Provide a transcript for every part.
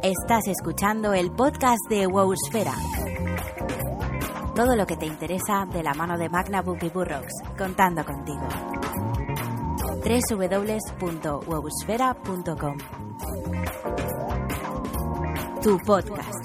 Estás escuchando el podcast de Wowsfera. Todo lo que te interesa de la mano de Magnabook y Burroughs, contando contigo. www.wowsfera.com. Tu podcast.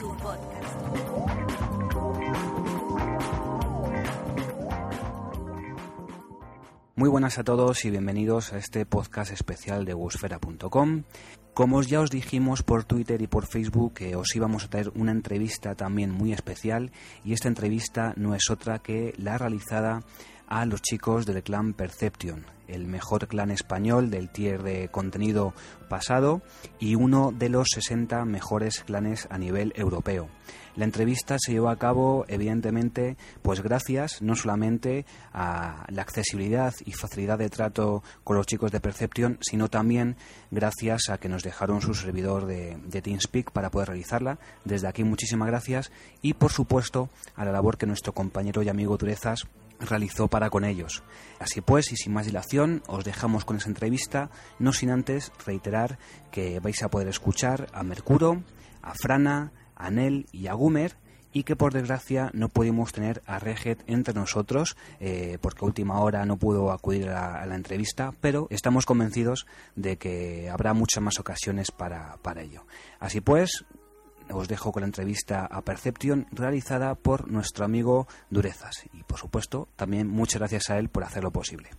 Muy buenas a todos y bienvenidos a este podcast especial de wowsfera.com. Como ya os dijimos por Twitter y por Facebook que os íbamos a traer una entrevista también muy especial, y esta entrevista no es otra que la realizada a los chicos del clan Perception, el mejor clan español del tier de contenido pasado y uno de los 60 mejores clanes a nivel europeo. La entrevista se llevó a cabo, evidentemente, pues gracias no solamente a la accesibilidad y facilidad de trato con los chicos de Perception, sino también gracias a que nos dejaron su servidor de TeamSpeak para poder realizarla. Desde aquí muchísimas gracias y, por supuesto, a la labor que nuestro compañero y amigo Durezas realizó para con ellos. Así pues, y sin más dilación, os dejamos con esa entrevista, no sin antes reiterar que vais a poder escuchar a Mercuro, a Frana, a Nel y a Gumer, y que por desgracia no pudimos tener a Reget entre nosotros porque a última hora no pudo acudir a la entrevista, pero estamos convencidos de que habrá muchas más ocasiones para ello. Así pues, os dejo con la entrevista a Perception realizada por nuestro amigo Durezas, y por supuesto también muchas gracias a él por hacerlo posible.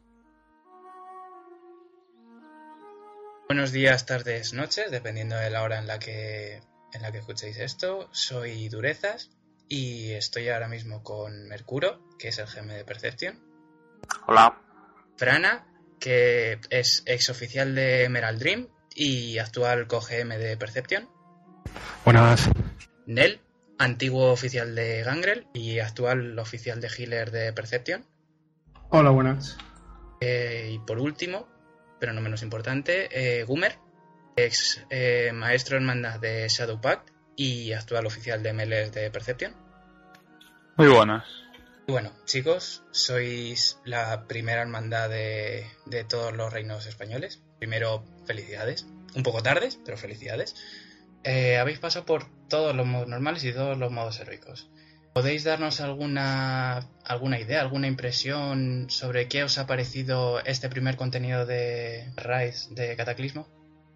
Buenos días, tardes, noches, dependiendo de la hora en la que escuchéis esto. Soy Durezas y estoy ahora mismo con Mercuro, que es el GM de Perception. Hola. Frana, que es ex oficial de Emerald Dream y actual co-GM de Perception. Buenas. Nel, antiguo oficial de Gangrel y actual oficial de Healer de Perception. Hola, buenas. Y por último, pero no menos importante, Gumer, ex maestro hermandad de Shadow Pact y actual oficial de MLS de Perception. Muy buenas. Bueno, chicos, sois la primera hermandad de todos los reinos españoles. Primero, felicidades. Un poco tardes, pero felicidades. Habéis pasado por todos los modos normales y todos los modos heroicos. ¿Podéis darnos alguna idea, alguna impresión sobre qué os ha parecido este primer contenido de Rise de Cataclismo?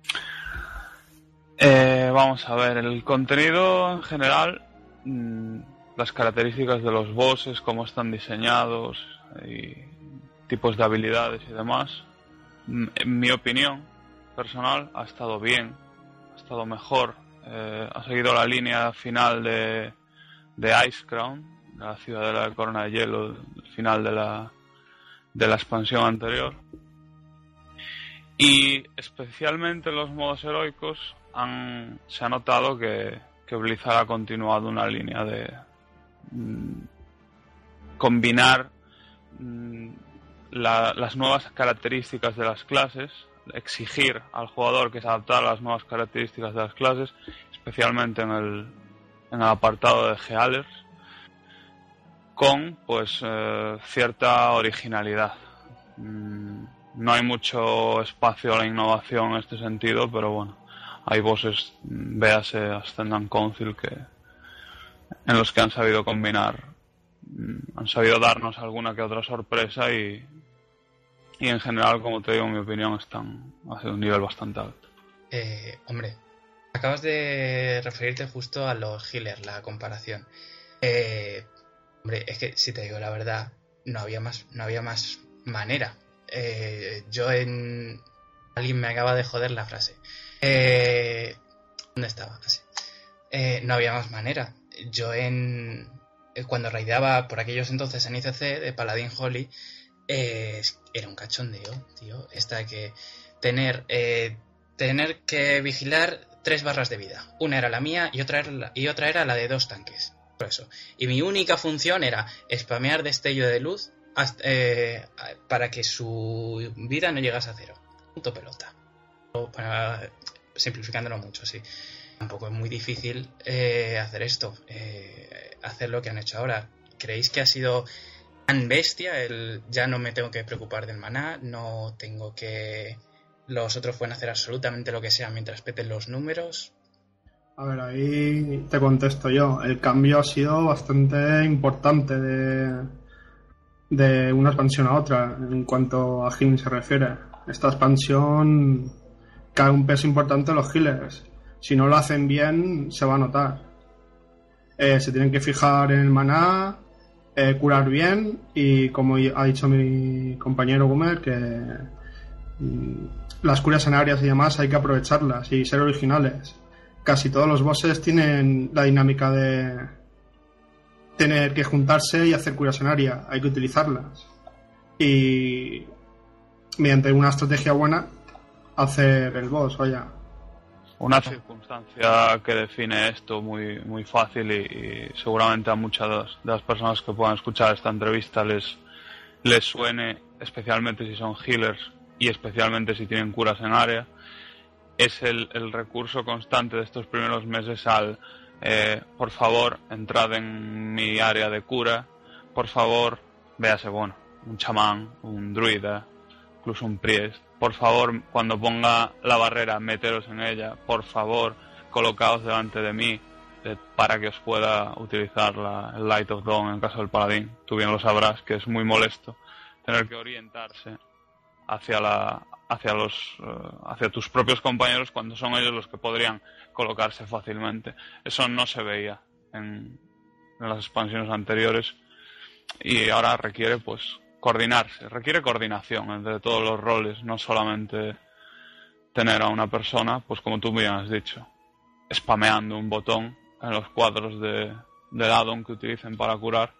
Vamos a ver, el contenido en general, las características de los bosses, cómo están diseñados y tipos de habilidades y demás, en mi opinión personal ha estado bien, ha estado mejor, ha seguido la línea final de Icecrown, la ciudadela de Corona de Hielo, el final de la expansión anterior. Y especialmente en los modos heroicos se ha notado que Blizzard ha continuado una línea de combinar las nuevas características de las clases, exigir al jugador que se adaptara a las nuevas características de las clases, especialmente en el apartado de Healers, con pues cierta originalidad. No hay mucho espacio a la innovación en este sentido, pero bueno, hay bosses, véase Ascendant Council, en los que han sabido combinar, han sabido darnos alguna que otra sorpresa y en general, como te digo, en mi opinión, están a un nivel bastante alto. Hombre, acabas de referirte justo a los healers, la comparación. Hombre, es que si te digo la verdad, no había más manera. Alguien me acaba de joder la frase. ¿Dónde estaba? Así. No había más manera. Cuando raideaba por aquellos entonces en ICC de Paladin Holly, era un cachondeo, tío. Tener que vigilar 3 barras de vida. Una era la mía y otra era la de 2 tanques. Por eso. Y mi única función era spamear destello de luz para que su vida no llegase a 0. Punto pelota. Simplificándolo mucho, sí. Tampoco es muy difícil hacer esto, hacer lo que han hecho ahora. ¿Creéis que ha sido tan bestia ya no me tengo que preocupar del maná, no tengo que... Los otros pueden hacer absolutamente lo que sea mientras peten los números? A ver, ahí te contesto yo. El cambio ha sido bastante importante de una expansión a otra en cuanto a healing se refiere. Esta expansión cae un peso importante en los healers. Si no lo hacen bien, se va a notar. Se tienen que fijar en el maná, curar bien y, como ha dicho mi compañero Gumer, que las curas en áreas y demás hay que aprovecharlas y ser originales. Casi todos los bosses tienen la dinámica de tener que juntarse y hacer curas en área. Hay que utilizarlas. Y mediante una estrategia buena, hacer el boss, vaya. Una circunstancia que define esto muy, muy fácil y seguramente a muchas de las personas que puedan escuchar esta entrevista les suene, especialmente si son healers y especialmente si tienen curas en área, es el recurso constante de estos primeros meses al por favor, entrad en mi área de cura, por favor, véase, bueno, un chamán, un druida, incluso un priest, por favor, cuando ponga la barrera, meteros en ella, por favor, colocaos delante de mí para que os pueda utilizar el Light of Dawn en el caso del paladín. Tú bien lo sabrás, que es muy molesto tener que orientarse hacia tus propios compañeros cuando son ellos los que podrían colocarse fácilmente. Eso no se veía en las expansiones anteriores y ahora requiere pues requiere coordinación entre todos los roles, no solamente tener a una persona, pues como tú bien has dicho, spameando un botón en los cuadros del addon que utilicen para curar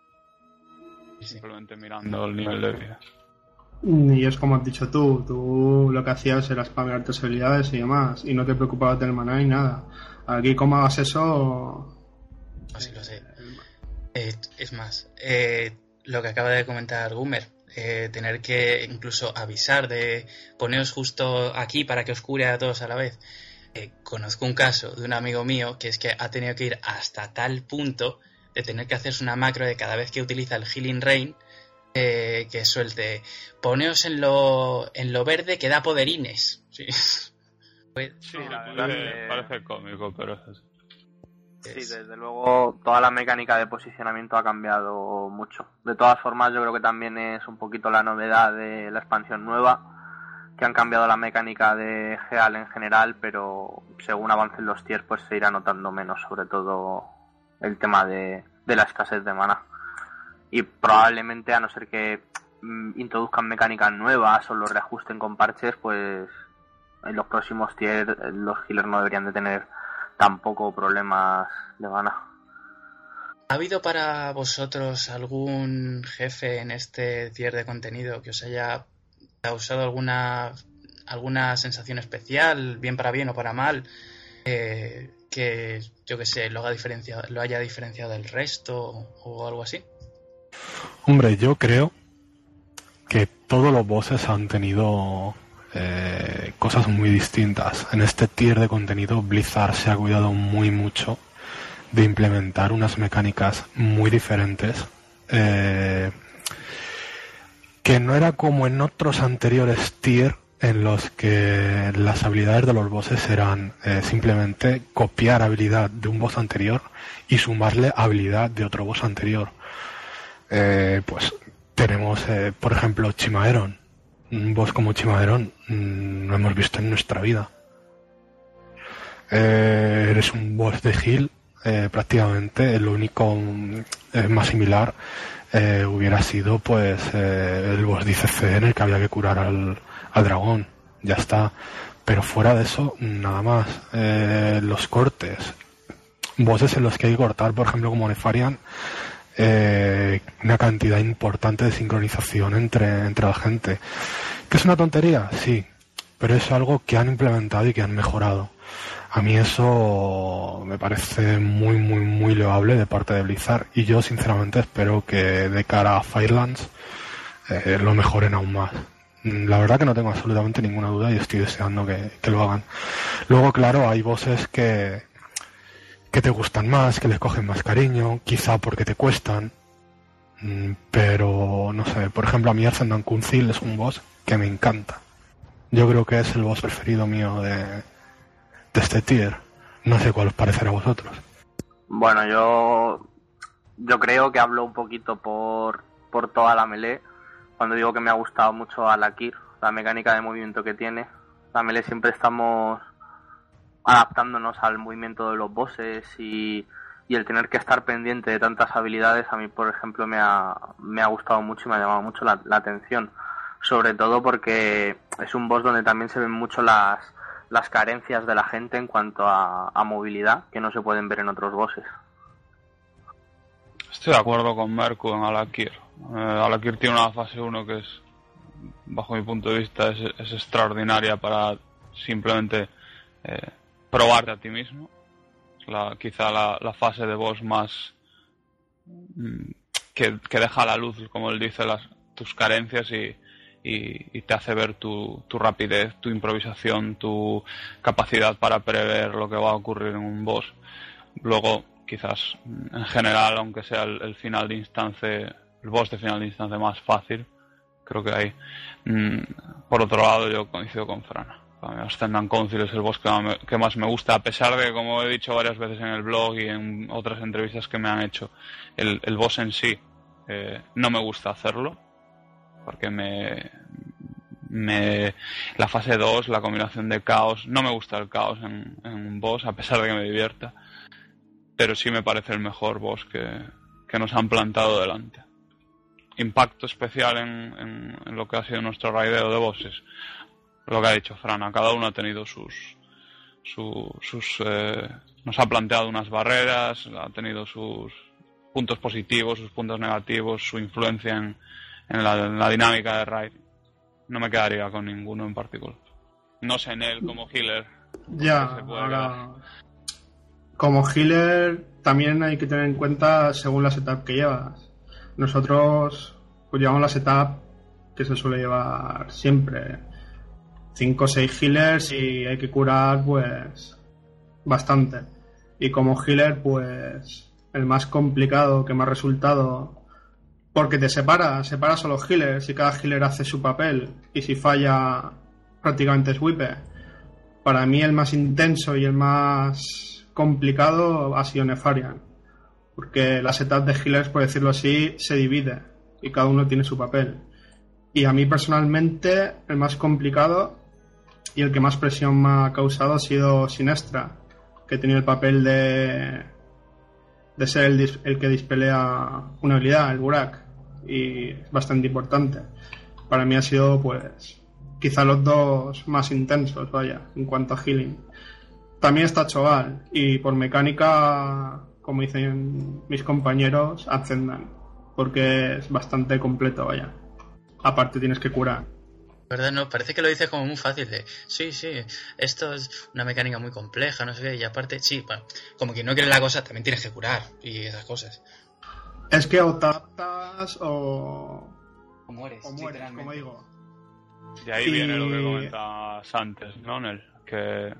y simplemente mirando el nivel de vida. Y es como has dicho tú lo que hacías era spamear tus habilidades y demás, y no te preocupabas del maná ni nada. Aquí, como hagas eso... Así lo sé. Es más, lo que acaba de comentar Gumer, tener que incluso avisar de poneos justo aquí para que os cure a todos a la vez. Conozco un caso de un amigo mío que es que ha tenido que ir hasta tal punto de tener que hacerse una macro de cada vez que utiliza el Healing Rain, que suelte, poneos en lo verde que da poderines. Sí, sí, la verdad parece cómico, pero es así. Sí, desde luego toda la mecánica de posicionamiento ha cambiado mucho. De todas formas, yo creo que también es un poquito la novedad de la expansión nueva, que han cambiado la mecánica de Heal en general, pero según avancen los tiers pues se irá notando menos, sobre todo el tema de la escasez de mana. Y probablemente, a no ser que introduzcan mecánicas nuevas o los reajusten con parches, pues en los próximos tiers los healers no deberían de tener tampoco problemas de mana. ¿Ha habido para vosotros algún jefe en este tier de contenido que os haya causado alguna sensación especial, bien para bien o para mal, que yo que sé, lo haya diferenciado del resto o algo así? Hombre, yo creo que todos los bosses han tenido cosas muy distintas. En este tier de contenido Blizzard se ha cuidado muy mucho de implementar unas mecánicas muy diferentes, que no era como en otros anteriores tier en los que las habilidades de los bosses eran simplemente copiar habilidad de un boss anterior y sumarle habilidad de otro boss anterior. Pues tenemos, por ejemplo, Chimaeron. Un boss como Chimaeron no hemos visto en nuestra vida. Eres un boss de heal, prácticamente. Lo único más similar hubiera sido pues el boss de ICC en el que había que curar al dragón. Ya está. Pero fuera de eso, nada más. Los cortes. Bosses en los que hay que cortar, por ejemplo, como Nefarian. Una cantidad importante de sincronización entre la gente. ¿Que es una tontería? Sí, pero es algo que han implementado y que han mejorado. A mí eso me parece muy muy muy loable de parte de Blizzard, y yo sinceramente espero que de cara a Firelands lo mejoren aún más. La verdad que no tengo absolutamente ninguna duda y estoy deseando que lo hagan. Luego, claro, hay bosses que te gustan más, que les cogen más cariño, quizá porque te cuestan, pero no sé, por ejemplo a mí Arzendan Kunzil es un boss que me encanta. Yo creo que es el boss preferido mío de este tier, No sé cuál os parecerá a vosotros. Bueno, yo creo que hablo un poquito por toda la melee cuando digo que me ha gustado mucho Al'Akir, la mecánica de movimiento que tiene. La melee siempre estamos adaptándonos al movimiento de los bosses y el tener que estar pendiente de tantas habilidades a mí, por ejemplo, me ha gustado mucho y me ha llamado mucho la atención, sobre todo porque es un boss donde también se ven mucho las carencias de la gente en cuanto a movilidad, que no se pueden ver en otros bosses. Estoy de acuerdo con Mercu en Al'Akir. Al'Akir tiene una fase 1 que es, bajo mi punto de vista, es extraordinaria para simplemente probarte a ti mismo. Quizá la fase de boss más que deja a la luz, como él dice, tus carencias y te hace ver tu rapidez, tu improvisación, tu capacidad para prever lo que va a ocurrir en un boss. Luego, quizás en general, aunque sea el final de instancia, el boss de final de instancia más fácil, creo que ahí. Por otro lado, yo coincido con Frana. Ascendant Council es el boss que más me gusta, a pesar de que, como he dicho varias veces en el blog y en otras entrevistas que me han hecho, el boss en sí no me gusta hacerlo, porque la fase 2, la combinación de caos, no me gusta el caos en un boss, a pesar de que me divierta, pero sí me parece el mejor boss que nos han plantado delante. Impacto especial en lo que ha sido nuestro raideo de bosses. Lo que ha dicho Frana, cada uno ha tenido nos ha planteado unas barreras, ha tenido sus puntos positivos, sus puntos negativos, su influencia en la dinámica de raid. No me quedaría con ninguno en particular. No sé en él como healer. Ya, ahora, como healer también hay que tener en cuenta según la setup que llevas. Nosotros pues llevamos la setup que se suele llevar siempre. 5 o 6 healers y hay que curar pues bastante. Y como healer pues el más complicado que me ha resultado, porque te separas a los healers y cada healer hace su papel y si falla prácticamente es wipe. Para mí el más intenso y el más complicado ha sido Nefarian, porque la setup de healers, por decirlo así, se divide y cada uno tiene su papel. Y a mí personalmente el más complicado y el que más presión me ha causado ha sido Sinestra, que tenía el papel de ser el que dispelea una habilidad, el Burak, y es bastante importante. Para mí ha sido pues quizá los dos más intensos, vaya, en cuanto a healing. También está Cho'Gall y por mecánica, como dicen mis compañeros, Ascendant, porque es bastante completo, vaya. Aparte tienes que curar. ¿Verdad? No, parece que lo dices como muy fácil de sí, esto es una mecánica muy compleja, no sé qué, y aparte, sí, bueno, como que no quieres la cosa, también tienes que curar y esas cosas. Es que o te adaptas o mueres, como digo. Y ahí viene lo que comentabas antes, ¿no? Que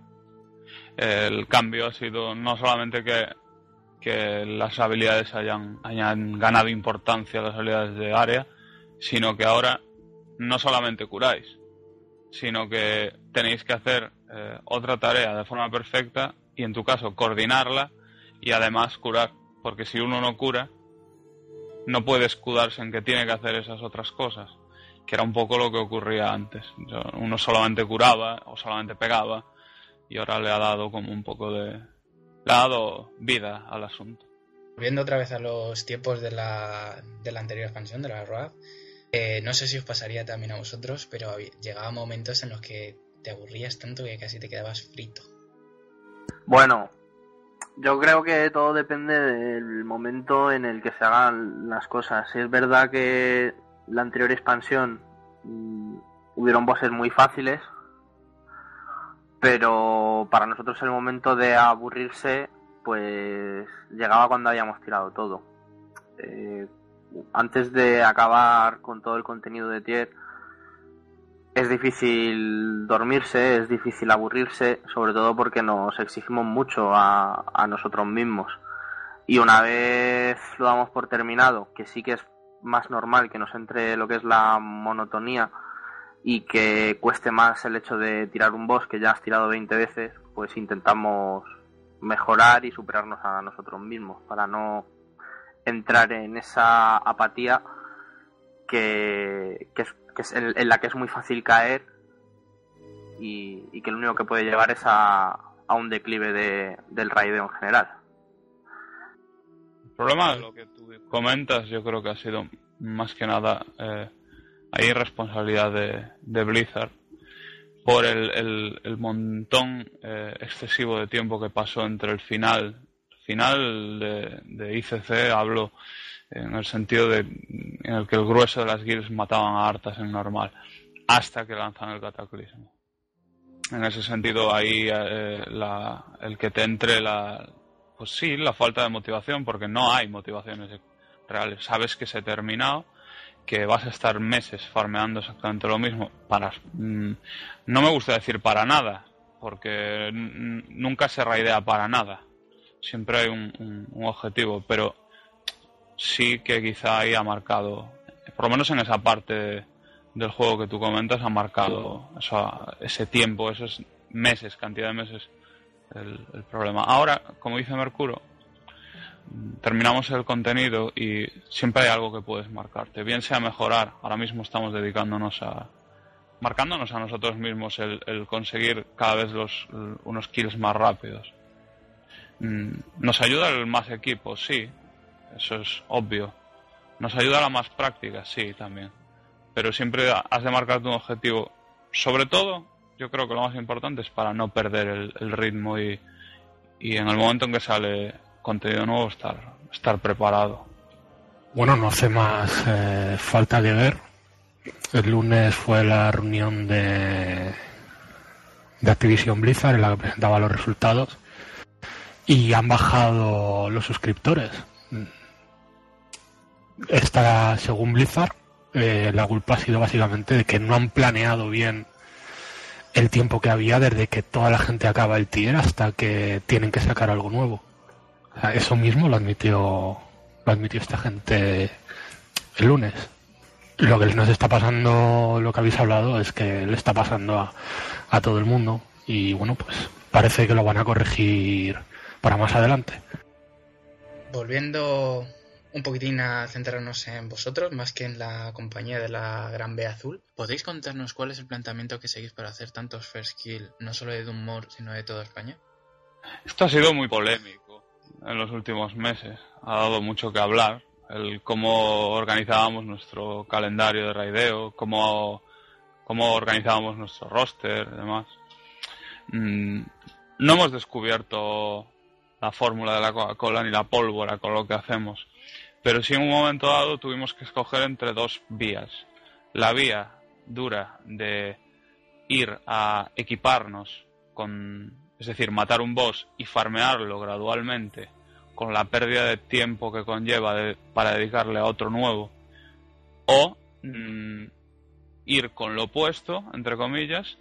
el cambio ha sido no solamente que las habilidades hayan ganado importancia, las habilidades de área, sino que ahora no solamente curáis, sino que tenéis que hacer otra tarea de forma perfecta y en tu caso coordinarla y además curar, porque si uno no cura no puede escudarse en que tiene que hacer esas otras cosas, que era un poco lo que ocurría antes. Uno solamente curaba o solamente pegaba y ahora le ha dado como un poco le ha dado vida al asunto. Volviendo otra vez a los tiempos de la anterior expansión, de la ROAD, no sé si os pasaría también a vosotros, pero llegaba momentos en los que te aburrías tanto que casi te quedabas frito. Bueno, yo creo que todo depende del momento en el que se hagan las cosas. Es verdad que la anterior expansión hubieron bosses muy fáciles, pero para nosotros el momento de aburrirse pues llegaba cuando habíamos tirado todo. Antes de acabar con todo el contenido de tier es difícil dormirse, es difícil aburrirse, sobre todo porque nos exigimos mucho a nosotros mismos. Y una vez lo damos por terminado, que sí que es más normal que nos entre lo que es la monotonía y que cueste más el hecho de tirar un boss que ya has tirado 20 veces, pues intentamos mejorar y superarnos a nosotros mismos, para no entrar en esa apatía que es en la que es muy fácil caer y que lo único que puede llevar es a un declive del raideo en general. El problema de lo que tú comentas, yo creo que ha sido más que nada hay responsabilidad de Blizzard por el montón excesivo de tiempo que pasó entre el final de ICC, hablo en el sentido en el que el grueso de las guilds mataban a hartas en normal, hasta que lanzan el cataclismo. En ese sentido, ahí el que te entre la falta de motivación, porque no hay motivaciones reales. Sabes que se ha terminado, que vas a estar meses farmeando exactamente lo mismo no me gusta decir para nada, porque nunca se raidea para nada. Siempre hay un objetivo, pero sí que quizá ahí ha marcado, por lo menos en esa parte del juego que tú comentas, ha marcado ese tiempo, esos meses, cantidad de meses, el problema. Ahora, como dice Mercuro, terminamos el contenido y siempre hay algo que puedes marcarte, bien sea mejorar. Ahora mismo estamos marcándonos a nosotros mismos el conseguir cada vez unos kills más rápidos. Nos ayuda el más equipo, sí, eso es obvio. Nos ayuda la más práctica, sí, también. Pero siempre has de marcarte un objetivo. Sobre todo, yo creo que lo más importante es para no perder el ritmo y en el momento en que sale contenido nuevo estar preparado. Bueno, no hace más falta de ver. El lunes fue la reunión de Activision Blizzard en la que presentaba los resultados y han bajado los suscriptores. Según Blizzard, la culpa ha sido básicamente de que no han planeado bien el tiempo que había desde que toda la gente acaba el tier hasta que tienen que sacar algo nuevo. O sea, eso mismo lo admitió esta gente el lunes. Lo que nos está pasando, lo que habéis hablado, es que le está pasando a todo el mundo y bueno, pues parece que lo van a corregir para más adelante. Volviendo un poquitín a centrarnos en vosotros, más que en la compañía de la Gran B Azul, ¿podéis contarnos cuál es el planteamiento que seguís para hacer tantos first kill, no solo de Dunmore, sino de toda España? Esto ha sido muy polémico en los últimos meses, ha dado mucho que hablar, el cómo organizábamos nuestro calendario de raideo, cómo organizábamos nuestro roster y demás. No hemos descubierto la fórmula de la Coca-Cola ni la pólvora con lo que hacemos, pero sí en un momento dado tuvimos que escoger entre dos vías. La vía dura de ir a equiparnos es decir, matar un boss y farmearlo gradualmente con la pérdida de tiempo que conlleva para dedicarle a otro nuevo, o ir con lo opuesto, entre comillas,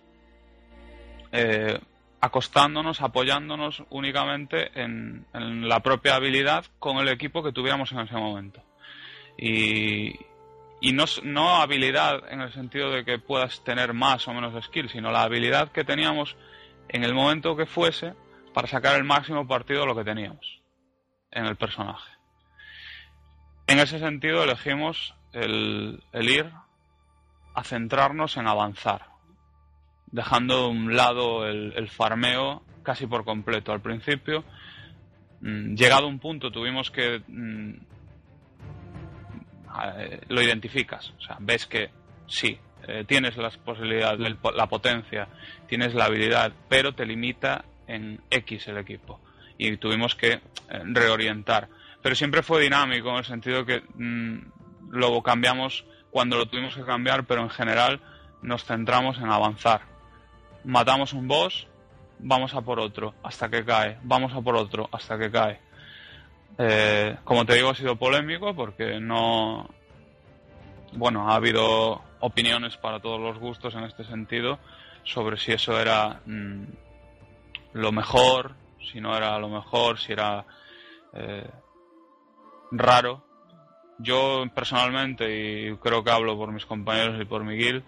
acostándonos, apoyándonos únicamente en la propia habilidad con el equipo que tuviéramos en ese momento. Y no habilidad en el sentido de que puedas tener más o menos skill, sino la habilidad que teníamos en el momento que fuese para sacar el máximo partido de lo que teníamos en el personaje. En ese sentido elegimos el ir a centrarnos en avanzar, dejando de un lado el farmeo casi por completo. Al principio, llegado a un punto, tuvimos que lo identificas, o sea, ves que sí, tienes las posibilidades, la potencia, tienes la habilidad, pero te limita en X el equipo y tuvimos que reorientar, pero siempre fue dinámico en el sentido que luego cambiamos cuando lo tuvimos que cambiar, pero en general nos centramos en avanzar. Matamos un boss, vamos a por otro hasta que cae, vamos a por otro hasta que cae. Como te digo, ha sido polémico porque ha habido opiniones para todos los gustos en este sentido sobre si eso era lo mejor, si no era lo mejor, si era raro. Yo personalmente, y creo que hablo por mis compañeros y por mi guild,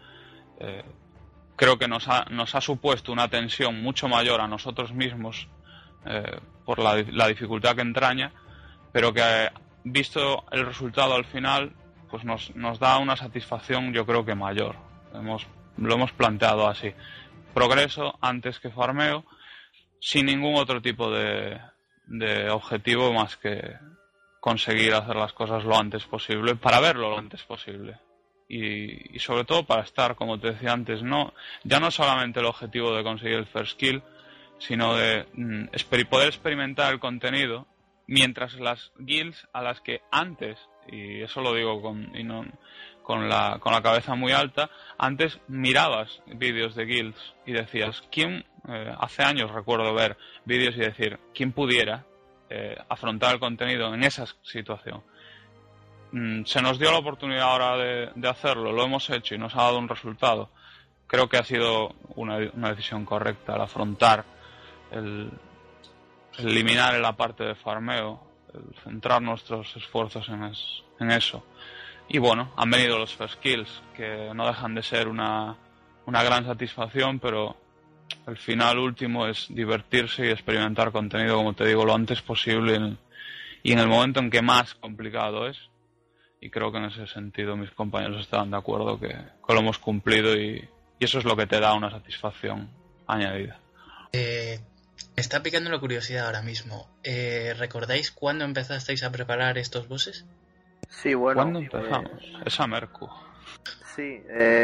creo que nos ha supuesto una tensión mucho mayor a nosotros mismos por la dificultad que entraña, pero que visto el resultado al final, pues nos da una satisfacción, yo creo que mayor. Lo hemos planteado así: progreso antes que farmeo, sin ningún otro tipo de objetivo más que conseguir hacer las cosas lo antes posible, para verlo lo antes posible. Y sobre todo para estar, como te decía antes, ya no solamente el objetivo de conseguir el first kill, sino de poder experimentar el contenido, mientras las guilds a las que antes, y eso lo digo con la cabeza muy alta, antes mirabas vídeos de guilds y decías, hace años recuerdo ver vídeos y decir, ¿quién pudiera afrontar el contenido en esa situación? Se nos dio la oportunidad ahora de hacerlo, lo hemos hecho y nos ha dado un resultado. Creo que ha sido una decisión correcta el afrontar, el eliminar la parte de farmeo, el centrar nuestros esfuerzos en eso. Y bueno, han venido los first kills, que no dejan de ser una gran satisfacción, pero el final último es divertirse y experimentar contenido, como te digo, lo antes posible y en el momento en que más complicado es. Y creo que en ese sentido mis compañeros están de acuerdo que lo hemos cumplido y eso es lo que te da una satisfacción añadida. Me está picando la curiosidad ahora mismo. ¿Recordáis cuándo empezasteis a preparar estos bosses? Sí, bueno. ¿Cuándo empezamos? Esa Mercu. Sí,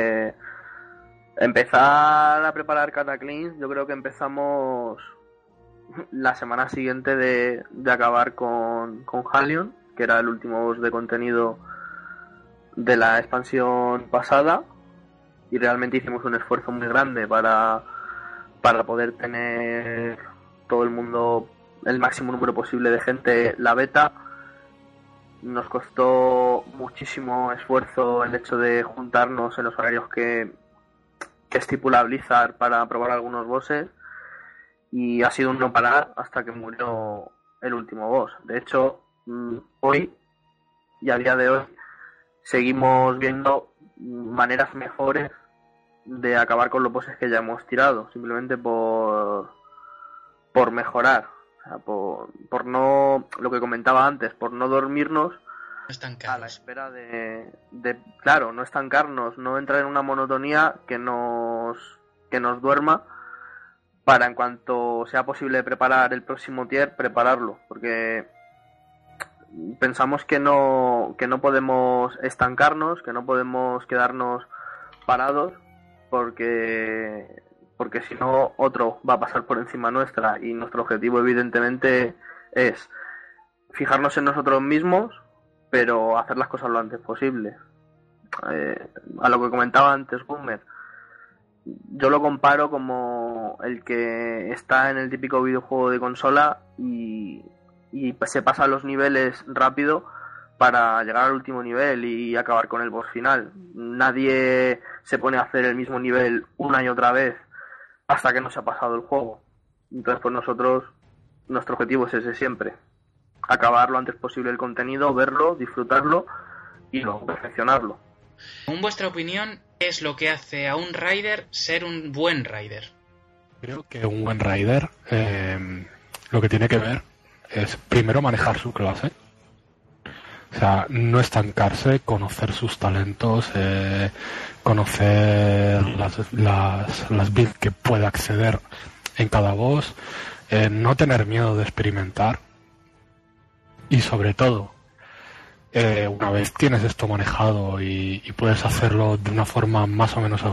empezar a preparar Cataclysm, yo creo que empezamos la semana siguiente de acabar con Halion, que era el último boss de contenido de la expansión pasada, y realmente hicimos un esfuerzo muy grande para poder tener todo el mundo, el máximo número posible de gente, la beta. Nos costó muchísimo esfuerzo el hecho de juntarnos en los horarios que estipula Blizzard para probar algunos bosses, y ha sido un no parar hasta que murió el último boss. De hecho, hoy y a día de hoy seguimos viendo maneras mejores de acabar con los bosses que ya hemos tirado, simplemente por mejorar, o sea, por no, lo que comentaba antes, por no dormirnos a la espera de claro, no estancarnos, no entrar en una monotonía que nos duerma, para en cuanto sea posible preparar el próximo tier, prepararlo, porque pensamos que no podemos estancarnos, que no podemos quedarnos parados, porque si no otro va a pasar por encima nuestra, y nuestro objetivo evidentemente es fijarnos en nosotros mismos, pero hacer las cosas lo antes posible. A lo que comentaba antes Boomer, yo lo comparo como el que está en el típico videojuego de consola y se pasa los niveles rápido para llegar al último nivel y acabar con el boss final. Nadie se pone a hacer el mismo nivel una y otra vez hasta que no se ha pasado el juego. Entonces, pues nuestro objetivo es ese siempre: acabar lo antes posible el contenido, verlo, disfrutarlo y luego perfeccionarlo. En vuestra opinión, ¿qué es lo que hace a un Rider ser un buen Rider? Creo que un buen Rider lo que tiene que ver es primero manejar su clase. O sea, no estancarse, conocer sus talentos, conocer las builds que puede acceder en cada boss, no tener miedo de experimentar, y sobre todo, una vez tienes esto manejado y puedes hacerlo de una forma más o menos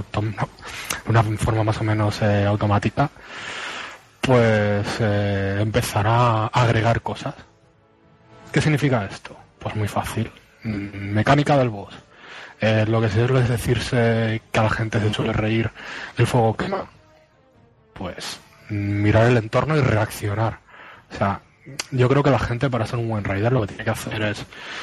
automática, pues empezar a agregar cosas. ¿Qué significa esto? Pues muy fácil. Mecánica del boss. Lo que se suele decirse, que a la gente se suele reír, el fuego quema. Pues mirar el entorno y reaccionar. O sea, yo creo que la gente, para ser un buen rider, lo que tiene que hacer es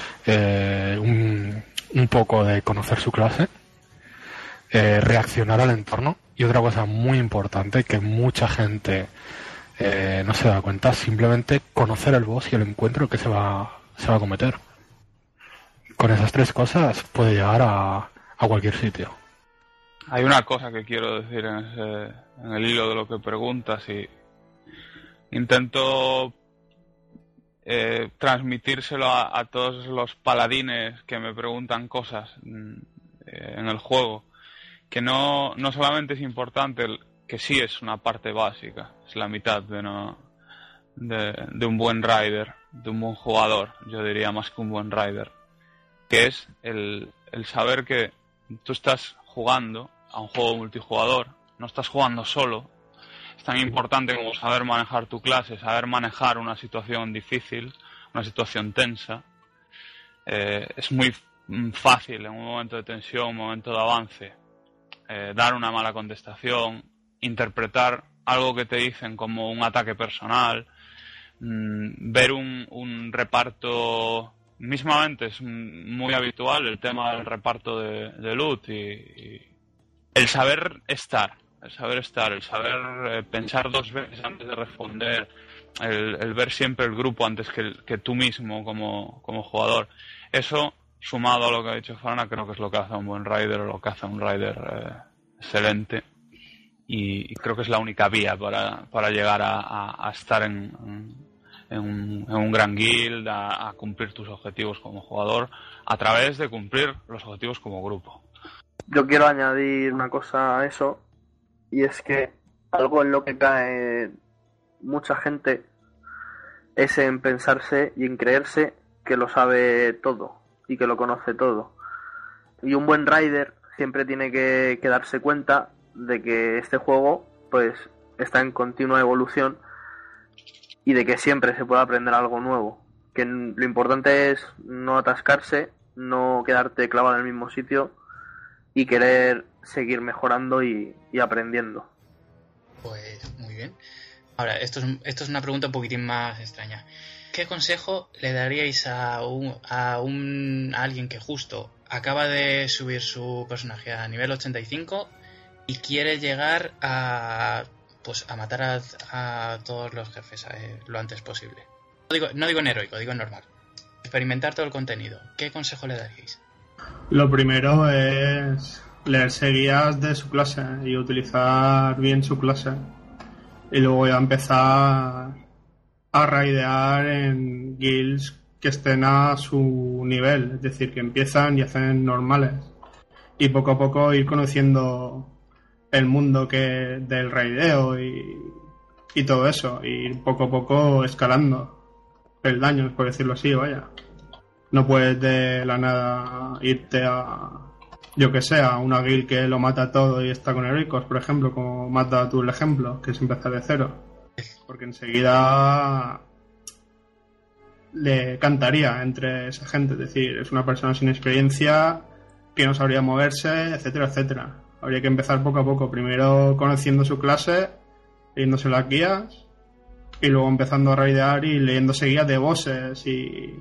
un poco de conocer su clase, reaccionar al entorno, y otra cosa muy importante que mucha gente no se da cuenta, simplemente conocer el boss y el encuentro que se va a cometer. Con esas tres cosas puede llegar a cualquier sitio. Hay una cosa que quiero decir en el hilo de lo que preguntas, y intento transmitírselo a todos los paladines que me preguntan cosas en el juego, que no solamente es importante, que sí es una parte básica, es la mitad de un buen rider, de un buen jugador, yo diría más que un buen rider, que es el saber que tú estás jugando a un juego multijugador, no estás jugando solo. Es tan importante como saber manejar tu clase, saber manejar una situación difícil, una situación tensa. Es muy fácil en un momento de tensión, un momento de avance, dar una mala contestación, interpretar algo que te dicen como un ataque personal, ver un reparto. Mismamente es muy habitual el tema del reparto de loot y el saber estar, el saber pensar dos veces antes de responder, el ver siempre el grupo antes que tú mismo como jugador. Eso, sumado a lo que ha dicho Frana, creo que es lo que hace un buen rider, o lo que hace un rider excelente, y creo que es la única vía para llegar a estar en un gran guild, a cumplir tus objetivos como jugador, a través de cumplir los objetivos como grupo. Yo quiero añadir una cosa a eso, y es que algo en lo que cae mucha gente es en pensarse y en creerse que lo sabe todo y que lo conoce todo. Y un buen rider siempre tiene que darse cuenta de que este juego pues está en continua evolución y de que siempre se puede aprender algo nuevo. Que lo importante es no atascarse, no quedarte clavado en el mismo sitio y querer seguir mejorando y aprendiendo. Pues muy bien. Ahora, esto es una pregunta un poquitín más extraña. ¿Qué consejo le daríais a alguien que justo acaba de subir su personaje a nivel 85 y quiere llegar a matar a todos los jefes lo antes posible? No digo en heroico, digo en normal. Experimentar todo el contenido. ¿Qué consejo le daríais? Lo primero es leerse guías de su clase y utilizar bien su clase. Y luego ya empezar a raidear en guilds que estén a su nivel. Es decir, que empiezan y hacen normales. Y poco a poco ir conociendo el mundo del raideo y todo eso. Y ir poco a poco escalando peldaños, por decirlo así, vaya. No puedes de la nada irte a, yo que sé, a una guild que lo mata todo y está con heroicos, por ejemplo, como mata tú el ejemplo, que es empezar de cero. Porque enseguida le cantaría entre esa gente. Es decir, es una persona sin experiencia que no sabría moverse, etcétera, etcétera. Habría que empezar poco a poco. Primero conociendo su clase, leyéndose las guías, y luego empezando a raidear y leyéndose guías de bosses y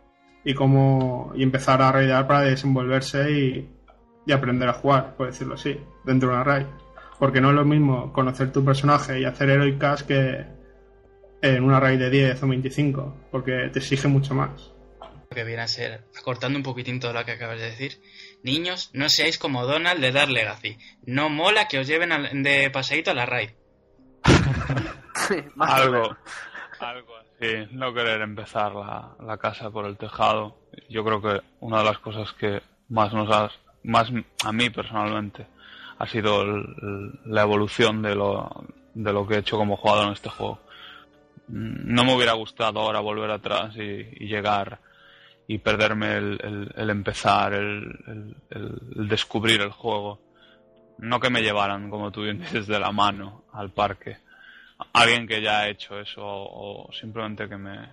empezar a raidear para desenvolverse y aprender a jugar, por decirlo así, dentro de una raid. Porque no es lo mismo conocer tu personaje y hacer heroicas que en una raid de 10 o 25, porque te exige mucho más. Lo que viene a ser, acortando un poquitín todo lo que acabas de decir, niños, no seáis como Donald de Dark Legacy. No mola que os lleven de paseíto a la raid. Sí, algo así, no querer empezar la casa por el tejado. Yo creo que una de las cosas que más a mí personalmente ha sido la evolución de lo que he hecho como jugador en este juego. No me hubiera gustado ahora volver atrás y llegar y perderme el empezar, el descubrir el juego. No que me llevaran, como tú bien dices, de la mano al parque. Alguien que ya ha hecho eso, o simplemente que me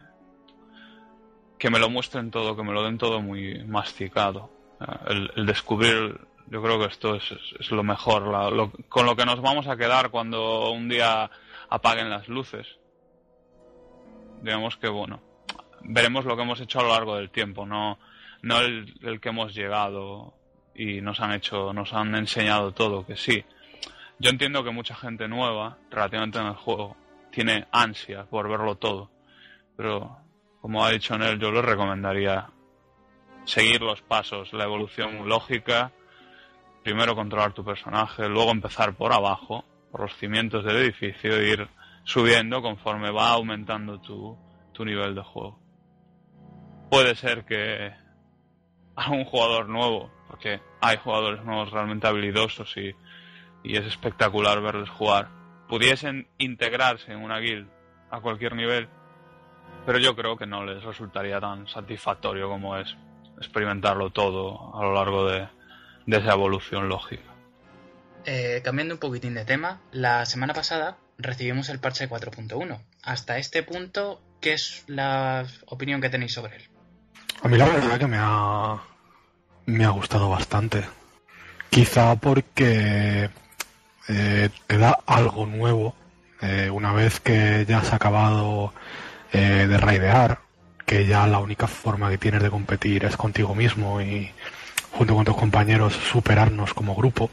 lo muestren todo, que me lo den todo muy masticado. El descubrir, yo creo que esto es lo mejor, con lo que nos vamos a quedar cuando un día apaguen las luces. Digamos que, bueno, veremos lo que hemos hecho a lo largo del tiempo, no el que hemos llegado y nos han enseñado todo, que sí. Yo entiendo que mucha gente nueva, relativamente en el juego, tiene ansia por verlo todo, pero como ha dicho Nel, yo les recomendaría seguir los pasos, la evolución lógica, primero controlar tu personaje, luego empezar por abajo, por los cimientos del edificio, e ir subiendo conforme va aumentando tu tu nivel de juego. Puede ser que a un jugador nuevo, porque hay jugadores nuevos realmente habilidosos y es espectacular verles jugar, pudiesen integrarse en una guild a cualquier nivel, pero yo creo que no les resultaría tan satisfactorio como es experimentarlo todo a lo largo de esa evolución lógica. Cambiando un poquitín de tema, la semana pasada recibimos el parche 4.1. Hasta este punto, ¿qué es la opinión que tenéis sobre él? A mí la verdad que me ha gustado bastante. Quizá porque te da algo nuevo una vez que ya has acabado de raidear, que ya la única forma que tienes de competir es contigo mismo y junto con tus compañeros superarnos como grupo.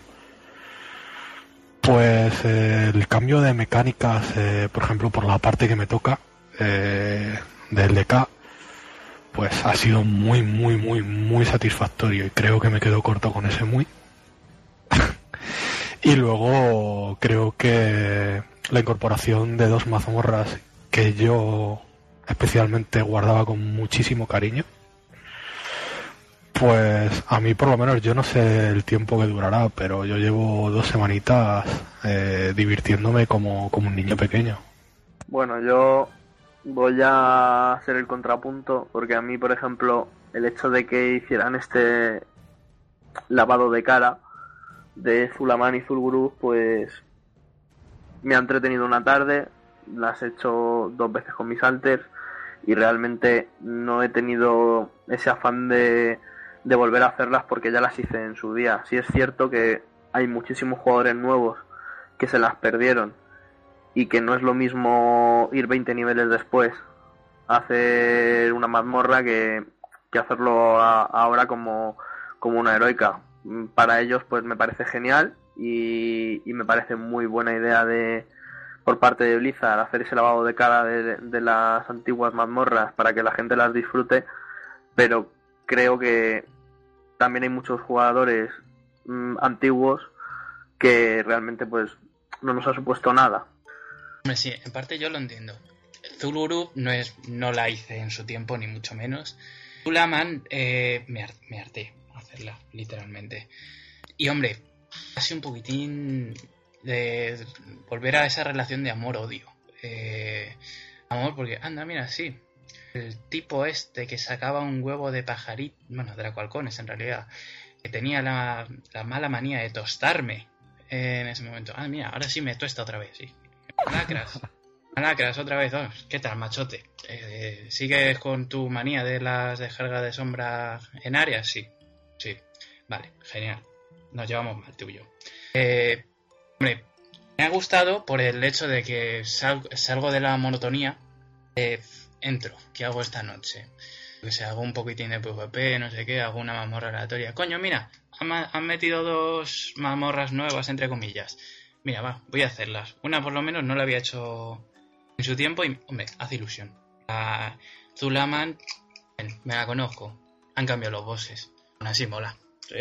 Pues el cambio de mecánicas, por ejemplo, por la parte que me toca del DK, pues ha sido muy satisfactorio y creo que me quedo corto con ese muy. Y luego creo que la incorporación de 2 mazmorras que yo especialmente guardaba con muchísimo cariño, pues a mí por lo menos, yo no sé el tiempo que durará, pero yo llevo 2 semanitas divirtiéndome como un niño pequeño. Bueno, yo voy a hacer el contrapunto, porque a mí, por ejemplo, el hecho de que hicieran este lavado de cara de Zulaman y Zul'Gurub, pues me ha entretenido una tarde, las he hecho 2 veces con mis alters y realmente no he tenido ese afán de volver a hacerlas porque ya las hice en su día. Sí es cierto que hay muchísimos jugadores nuevos que se las perdieron y que no es lo mismo ir 20 niveles después a hacer una mazmorra que hacerlo ahora como una heroica. Para ellos pues me parece genial y me parece muy buena idea por parte de Blizzard hacer ese lavado de cara de las antiguas mazmorras para que la gente las disfrute, pero creo que también hay muchos jugadores antiguos que realmente pues no nos ha supuesto nada. Sí, en parte yo lo entiendo. Zul'Gurub no la hice en su tiempo, ni mucho menos. Zulaman me harté hacerla, literalmente. Y hombre, casi un poquitín de volver a esa relación de amor-odio. Amor porque, anda, mira, sí. El tipo este que sacaba un huevo de pajarito, bueno, Dracohalcones en realidad, que tenía la mala manía de tostarme en ese momento. Ah, mira, ahora sí me tuesta otra vez, sí. Lacras otra vez. Oh, ¿qué tal, machote? ¿Sigues con tu manía de las descargas de sombra en áreas? Sí. Vale, genial. Nos llevamos mal, tú y yo. Hombre, me ha gustado por el hecho de que salgo de la monotonía. Entro, ¿qué hago esta noche? Que se hago un poquitín de PvP, no sé qué, hago una mazmorra aleatoria. Coño, mira, han metido 2 mazmorras nuevas, entre comillas. Mira, va, voy a hacerlas. Una por lo menos no la había hecho en su tiempo y, hombre, hace ilusión. A Zulaman, me la conozco. Han cambiado los bosses. Aún así mola.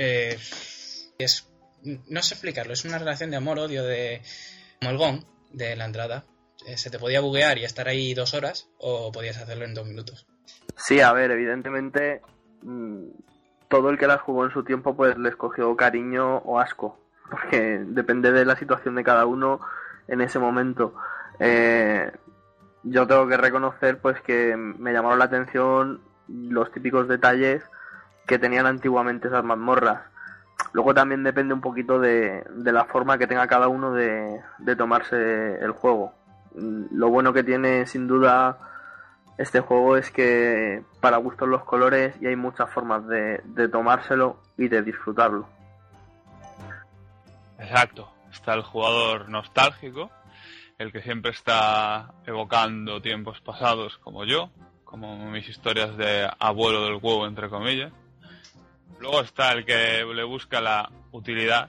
No sé explicarlo, es una relación de amor-odio como el Gong de la entrada. Se te podía buguear y estar ahí 2 horas o podías hacerlo en 2 minutos. Sí, a ver, evidentemente todo el que las jugó en su tiempo pues les cogió cariño o asco, porque depende de la situación de cada uno en ese momento. Yo tengo que reconocer pues que me llamaron la atención los típicos detalles que tenían antiguamente esas mazmorras. Luego también depende un poquito de la forma que tenga cada uno de tomarse el juego. Lo bueno que tiene sin duda este juego es que para gustos los colores y hay muchas formas de tomárselo y de disfrutarlo. Exacto, está el jugador nostálgico, el que siempre está evocando tiempos pasados como yo, como mis historias de abuelo del huevo entre comillas. Luego está el que le busca la utilidad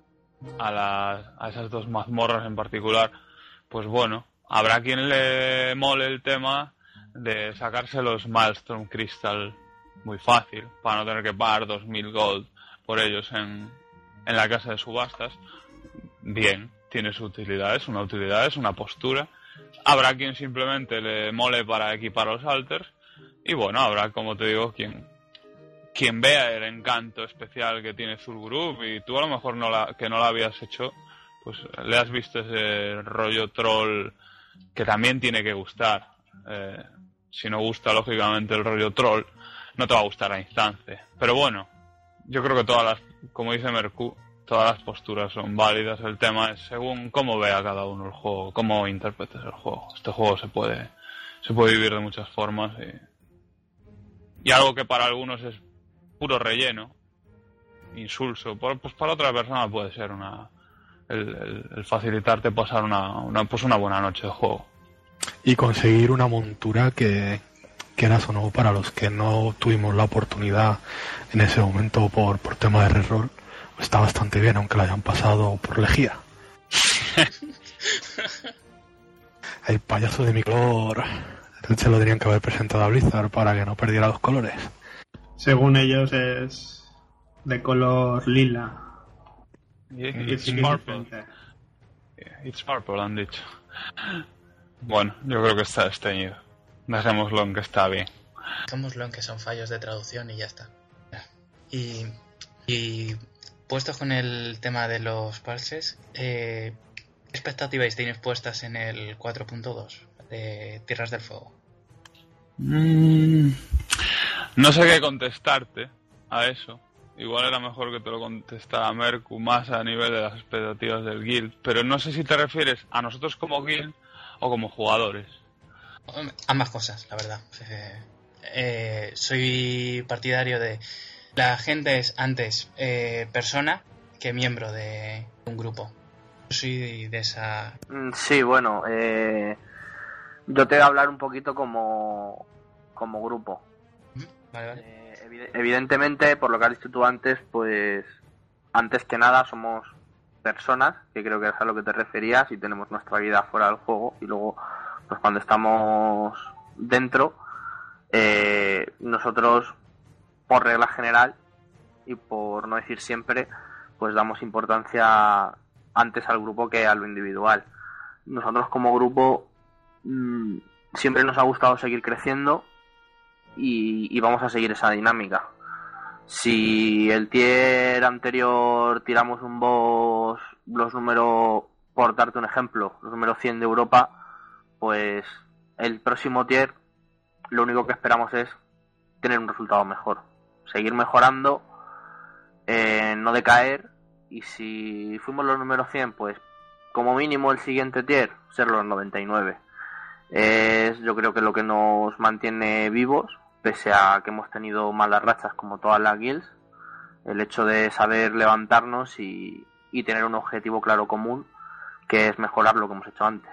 a esas 2 mazmorras en particular. Pues bueno, habrá quien le mole el tema de sacarse los Maelstrom Crystal muy fácil, para no tener que pagar 2000 gold por ellos en la casa de subastas. Bien, tiene su utilidad, es una postura Habrá quien simplemente le mole para equipar los alters. Y bueno, habrá, como te digo, quien vea el encanto especial que tiene Zul'Gurub, y tú a lo mejor no la habías hecho, pues le has visto ese rollo troll que también tiene que gustar. Si no gusta, lógicamente, el rollo troll, no te va a gustar a instante. Pero bueno, yo creo que como dice Mercu, todas las posturas son válidas. El tema es según cómo vea cada uno el juego, cómo interpretes el juego. Este juego se puede vivir de muchas formas, y algo que para algunos es puro relleno, insulso, pues para otra persona puede ser el facilitarte pasar una buena noche de juego. Y conseguir una montura que, quieras o no, para los que no tuvimos la oportunidad en ese momento por tema de reroll, está bastante bien, aunque la hayan pasado por lejía. El payaso de Miclor se lo tenían que haber presentado a Blizzard para que no perdiera los colores. Según ellos es de color lila. It's purple. It's purple, han dicho. Bueno, yo creo que está desteñido. Dejémoslo en que está bien. Dejémoslo en que son fallos de traducción y ya está. Y puestos con el tema de los parches, ¿qué expectativas tenéis puestas en el 4.2 de Tierras del Fuego? No sé qué contestarte a eso. Igual era mejor que te lo contestara Mercu, más a nivel de las expectativas del guild. Pero no sé si te refieres a nosotros como guild o como jugadores. Ambas cosas, la verdad. Soy partidario de... La gente es antes persona que miembro de un grupo. Yo soy de esa... Sí, bueno, yo te voy a hablar un poquito como grupo. Vale. Evidentemente, por lo que has dicho tú antes, pues antes que nada somos personas, que creo que es a lo que te referías, y tenemos nuestra vida fuera del juego, y luego, pues cuando estamos dentro, nosotros, por regla general, y por no decir siempre, pues damos importancia antes al grupo que a lo individual. Nosotros como grupo siempre nos ha gustado seguir creciendo, y vamos a seguir esa dinámica. Si el tier anterior tiramos un boss, los números, por darte un ejemplo, los números 100 de Europa, pues el próximo tier lo único que esperamos es tener un resultado mejor, seguir mejorando, no decaer, y si fuimos los números 100, pues como mínimo el siguiente tier ser los 99. Es, yo creo, que lo que nos mantiene vivos, pese a que hemos tenido malas rachas como todas las guilds, el hecho de saber levantarnos y tener un objetivo claro común, que es mejorar lo que hemos hecho antes.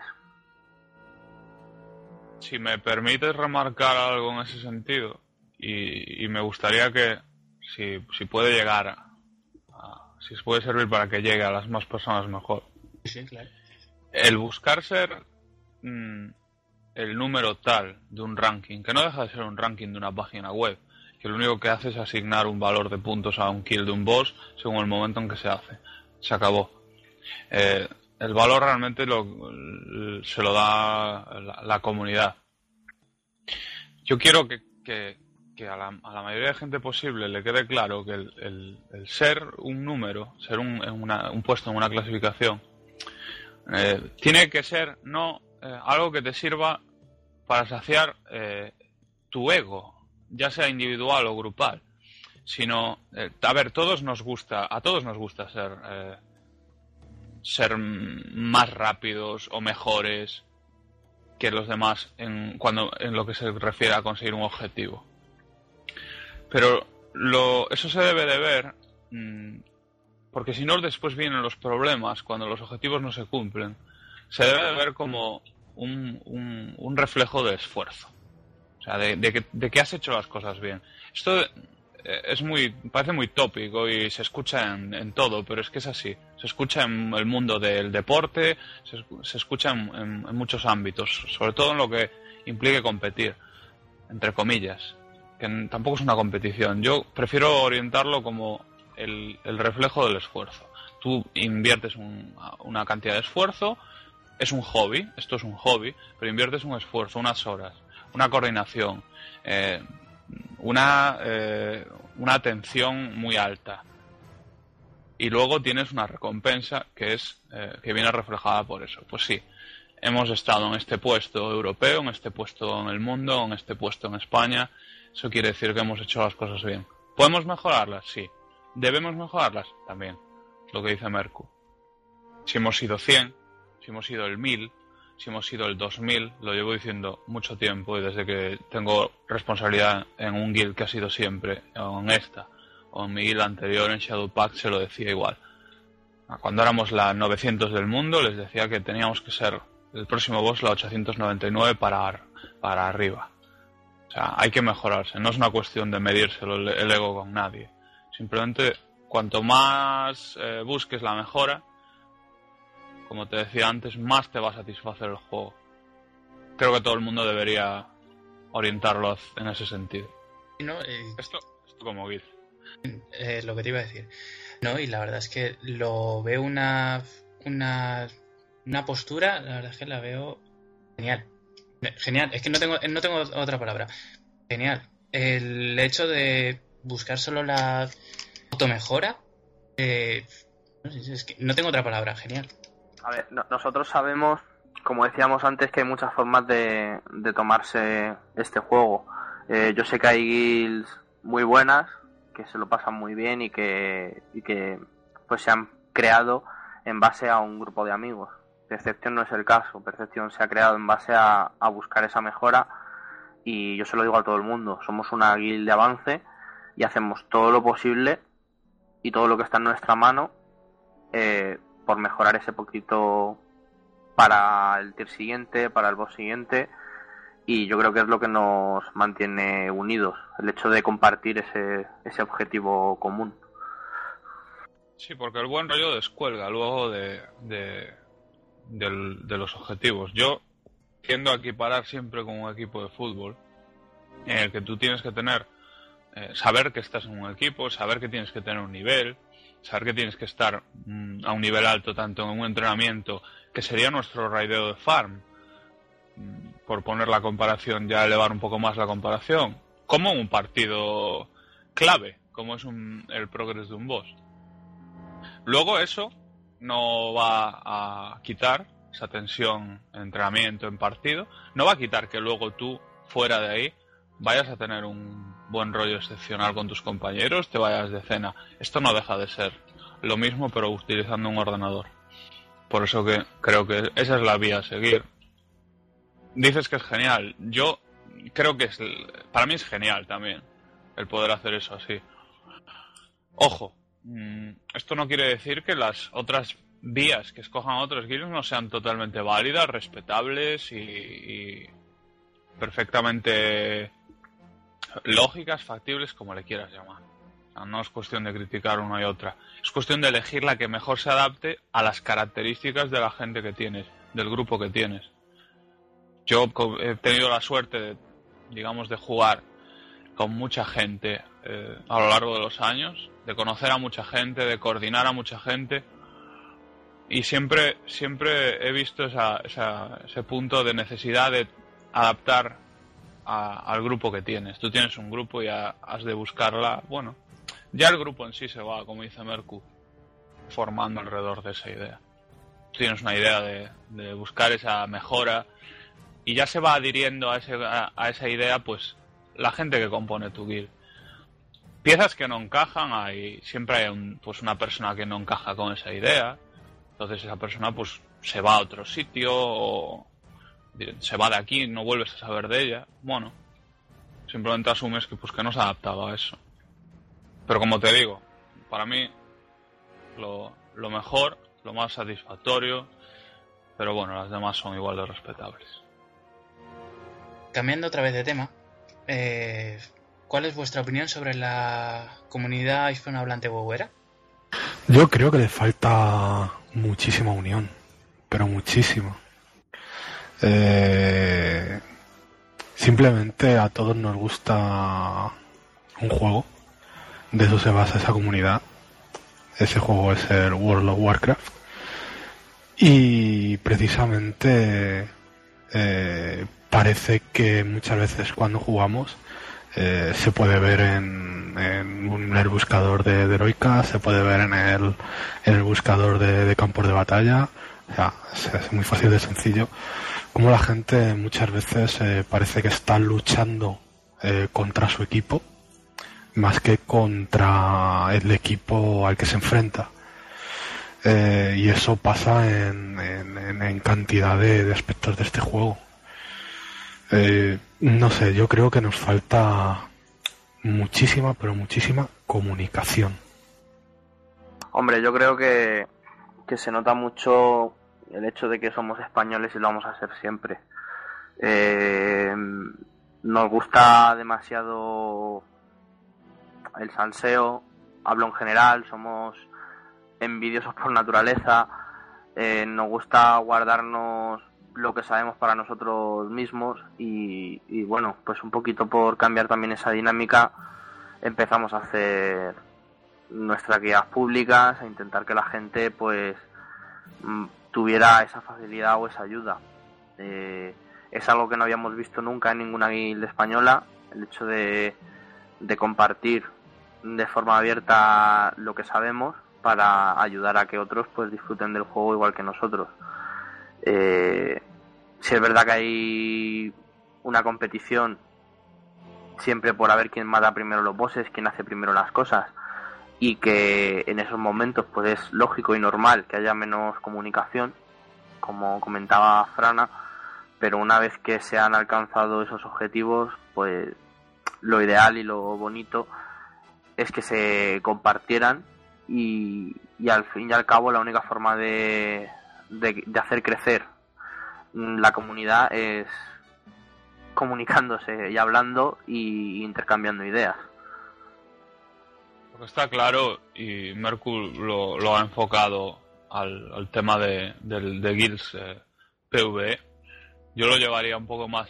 Si me permites remarcar algo en ese sentido, y me gustaría que si puede llegar si puede servir para que llegue a las más personas, mejor. Sí, claro. El buscar ser el número tal de un ranking, que no deja de ser un ranking de una página web, que lo único que hace es asignar un valor de puntos a un kill de un boss según el momento en que se hace. Se acabó. El valor realmente se lo da la comunidad. Yo quiero que a la mayoría de gente posible le quede claro que el ser un número, ser un puesto en una clasificación, tiene que ser no algo que te sirva para saciar tu ego, ya sea individual o grupal, sino a ver, a todos nos gusta ser más rápidos o mejores que los demás en lo que se refiere a conseguir un objetivo. Pero eso se debe de ver, porque si no después vienen los problemas cuando los objetivos no se cumplen. Se debe de ver como un reflejo de esfuerzo, o sea, de que has hecho las cosas bien. Esto parece muy tópico y se escucha en todo, pero es que es así. Se escucha en el mundo del deporte, se escucha en muchos ámbitos, sobre todo en lo que implique competir, entre comillas, que tampoco es una competición. Yo prefiero orientarlo como el reflejo del esfuerzo. Tú inviertes una cantidad de esfuerzo es un hobby, esto es un hobby, pero inviertes un esfuerzo, unas horas, una coordinación, una atención muy alta. Y luego tienes una recompensa que viene reflejada por eso. Pues sí, hemos estado en este puesto europeo, en este puesto en el mundo, en este puesto en España. Eso quiere decir que hemos hecho las cosas bien. ¿Podemos mejorarlas? Sí. ¿Debemos mejorarlas? También. Lo que dice Mercu. Si hemos sido 100, si hemos sido el 1000, si hemos sido el 2000, lo llevo diciendo mucho tiempo y desde que tengo responsabilidad en un guild que ha sido siempre, o en esta, o en mi guild anterior, en Shadowpact, se lo decía igual. Cuando éramos la 900 del mundo, les decía que teníamos que ser el próximo boss la 899 para arriba. O sea, hay que mejorarse. No es una cuestión de medírselo el ego con nadie. Simplemente, cuanto más busques la mejora, como te decía antes, más te va a satisfacer el juego. Creo que todo el mundo debería orientarlo en ese sentido. No, esto como guild. Lo que te iba a decir. No, y la verdad es que lo veo una postura, la verdad es que la veo genial. Genial, es que no tengo otra palabra. Genial. El hecho de buscar solo la automejora, es que no tengo otra palabra. Genial. A ver, nosotros sabemos, como decíamos antes, que hay muchas formas de tomarse este juego. Yo sé que hay guilds muy buenas, que se lo pasan muy bien y que pues se han creado en base a un grupo de amigos. Percepción no es el caso. Percepción se ha creado en base a buscar esa mejora, y yo se lo digo a todo el mundo. Somos una guild de avance y hacemos todo lo posible y todo lo que está en nuestra mano por mejorar ese poquito para el tier siguiente, para el boss siguiente, y yo creo que es lo que nos mantiene unidos, el hecho de compartir ese objetivo común. Sí, porque el buen rollo descuelga luego de los objetivos. Yo tiendo a equiparar siempre con un equipo de fútbol en el que tú tienes que tener saber que estás en un equipo, saber que tienes que tener un nivel, saber que tienes que estar a un nivel alto tanto en un entrenamiento, que sería nuestro raideo de farm, por poner la comparación, ya elevar un poco más la comparación, como un partido clave, como es el progress de un boss. Luego eso no va a quitar esa tensión en entrenamiento, en partido, no va a quitar que luego tú, fuera de ahí, vayas a tener un buen rollo excepcional con tus compañeros, te vayas de cena. Esto no deja de ser lo mismo, pero utilizando un ordenador. Por eso que creo que esa es la vía a seguir. Dices que es genial. Yo creo que para mí es genial también el poder hacer eso así. Ojo, esto no quiere decir que las otras vías que escojan otros guilds no sean totalmente válidas, respetables y perfectamente lógicas, factibles, como le quieras llamar. O sea, no es cuestión de criticar una y otra. Es cuestión de elegir la que mejor se adapte a las características de la gente que tienes, del grupo que tienes. Yo he tenido la suerte de jugar con mucha gente a lo largo de los años, de conocer a mucha gente, de coordinar a mucha gente, y siempre he visto ese punto de necesidad de adaptar al grupo que tienes. Tú tienes un grupo y has de buscarla. Bueno, ya el grupo en sí se va, como dice Mercu, formando alrededor de esa idea. Tú tienes una idea de buscar esa mejora y ya se va adhiriendo a esa idea, pues, la gente que compone tu guild. Piezas que no encajan, siempre hay una persona que no encaja con esa idea. Entonces esa persona pues se va a otro sitio o se va de aquí, no vuelves a saber de ella. Bueno, simplemente asumes que no se adaptaba a eso. Pero como te digo, para mí lo mejor, lo más satisfactorio, pero bueno, las demás son igual de respetables. Cambiando otra vez de tema, ¿cuál es vuestra opinión sobre la comunidad hispanohablante WoWera? Yo creo que le falta muchísima unión, pero muchísimo. Simplemente a todos nos gusta un juego, de eso se basa esa comunidad. Ese juego es el World of Warcraft, Y precisamente parece que muchas veces cuando jugamos se puede ver en el buscador de Heroica, se puede ver en el buscador de campos de batalla. O sea, es muy fácil de sencillo como la gente muchas veces parece que está luchando contra su equipo más que contra el equipo al que se enfrenta. Y eso pasa en cantidad de aspectos de este juego. No sé, yo creo que nos falta muchísima, pero muchísima comunicación. Hombre, yo creo que se nota mucho el hecho de que somos españoles y lo vamos a ser siempre. Nos gusta demasiado el salseo, hablo en general, somos envidiosos por naturaleza, nos gusta guardarnos lo que sabemos para nosotros mismos y bueno, pues un poquito por cambiar también esa dinámica empezamos a hacer nuestras guías públicas, a intentar que la gente pues tuviera esa facilidad o esa ayuda. Es algo que no habíamos visto nunca en ninguna guild española, el hecho de compartir de forma abierta lo que sabemos para ayudar a que otros pues disfruten del juego igual que nosotros. Si es verdad que hay una competición siempre por a ver quién mata primero los bosses, quién hace primero las cosas, y que en esos momentos pues es lógico y normal que haya menos comunicación, como comentaba Frana, pero una vez que se han alcanzado esos objetivos, pues lo ideal y lo bonito es que se compartieran y al fin y al cabo la única forma de hacer crecer la comunidad es comunicándose y hablando y intercambiando ideas. Lo que está claro, y Merkur lo ha enfocado al tema de guilds PvE, yo lo llevaría un poco más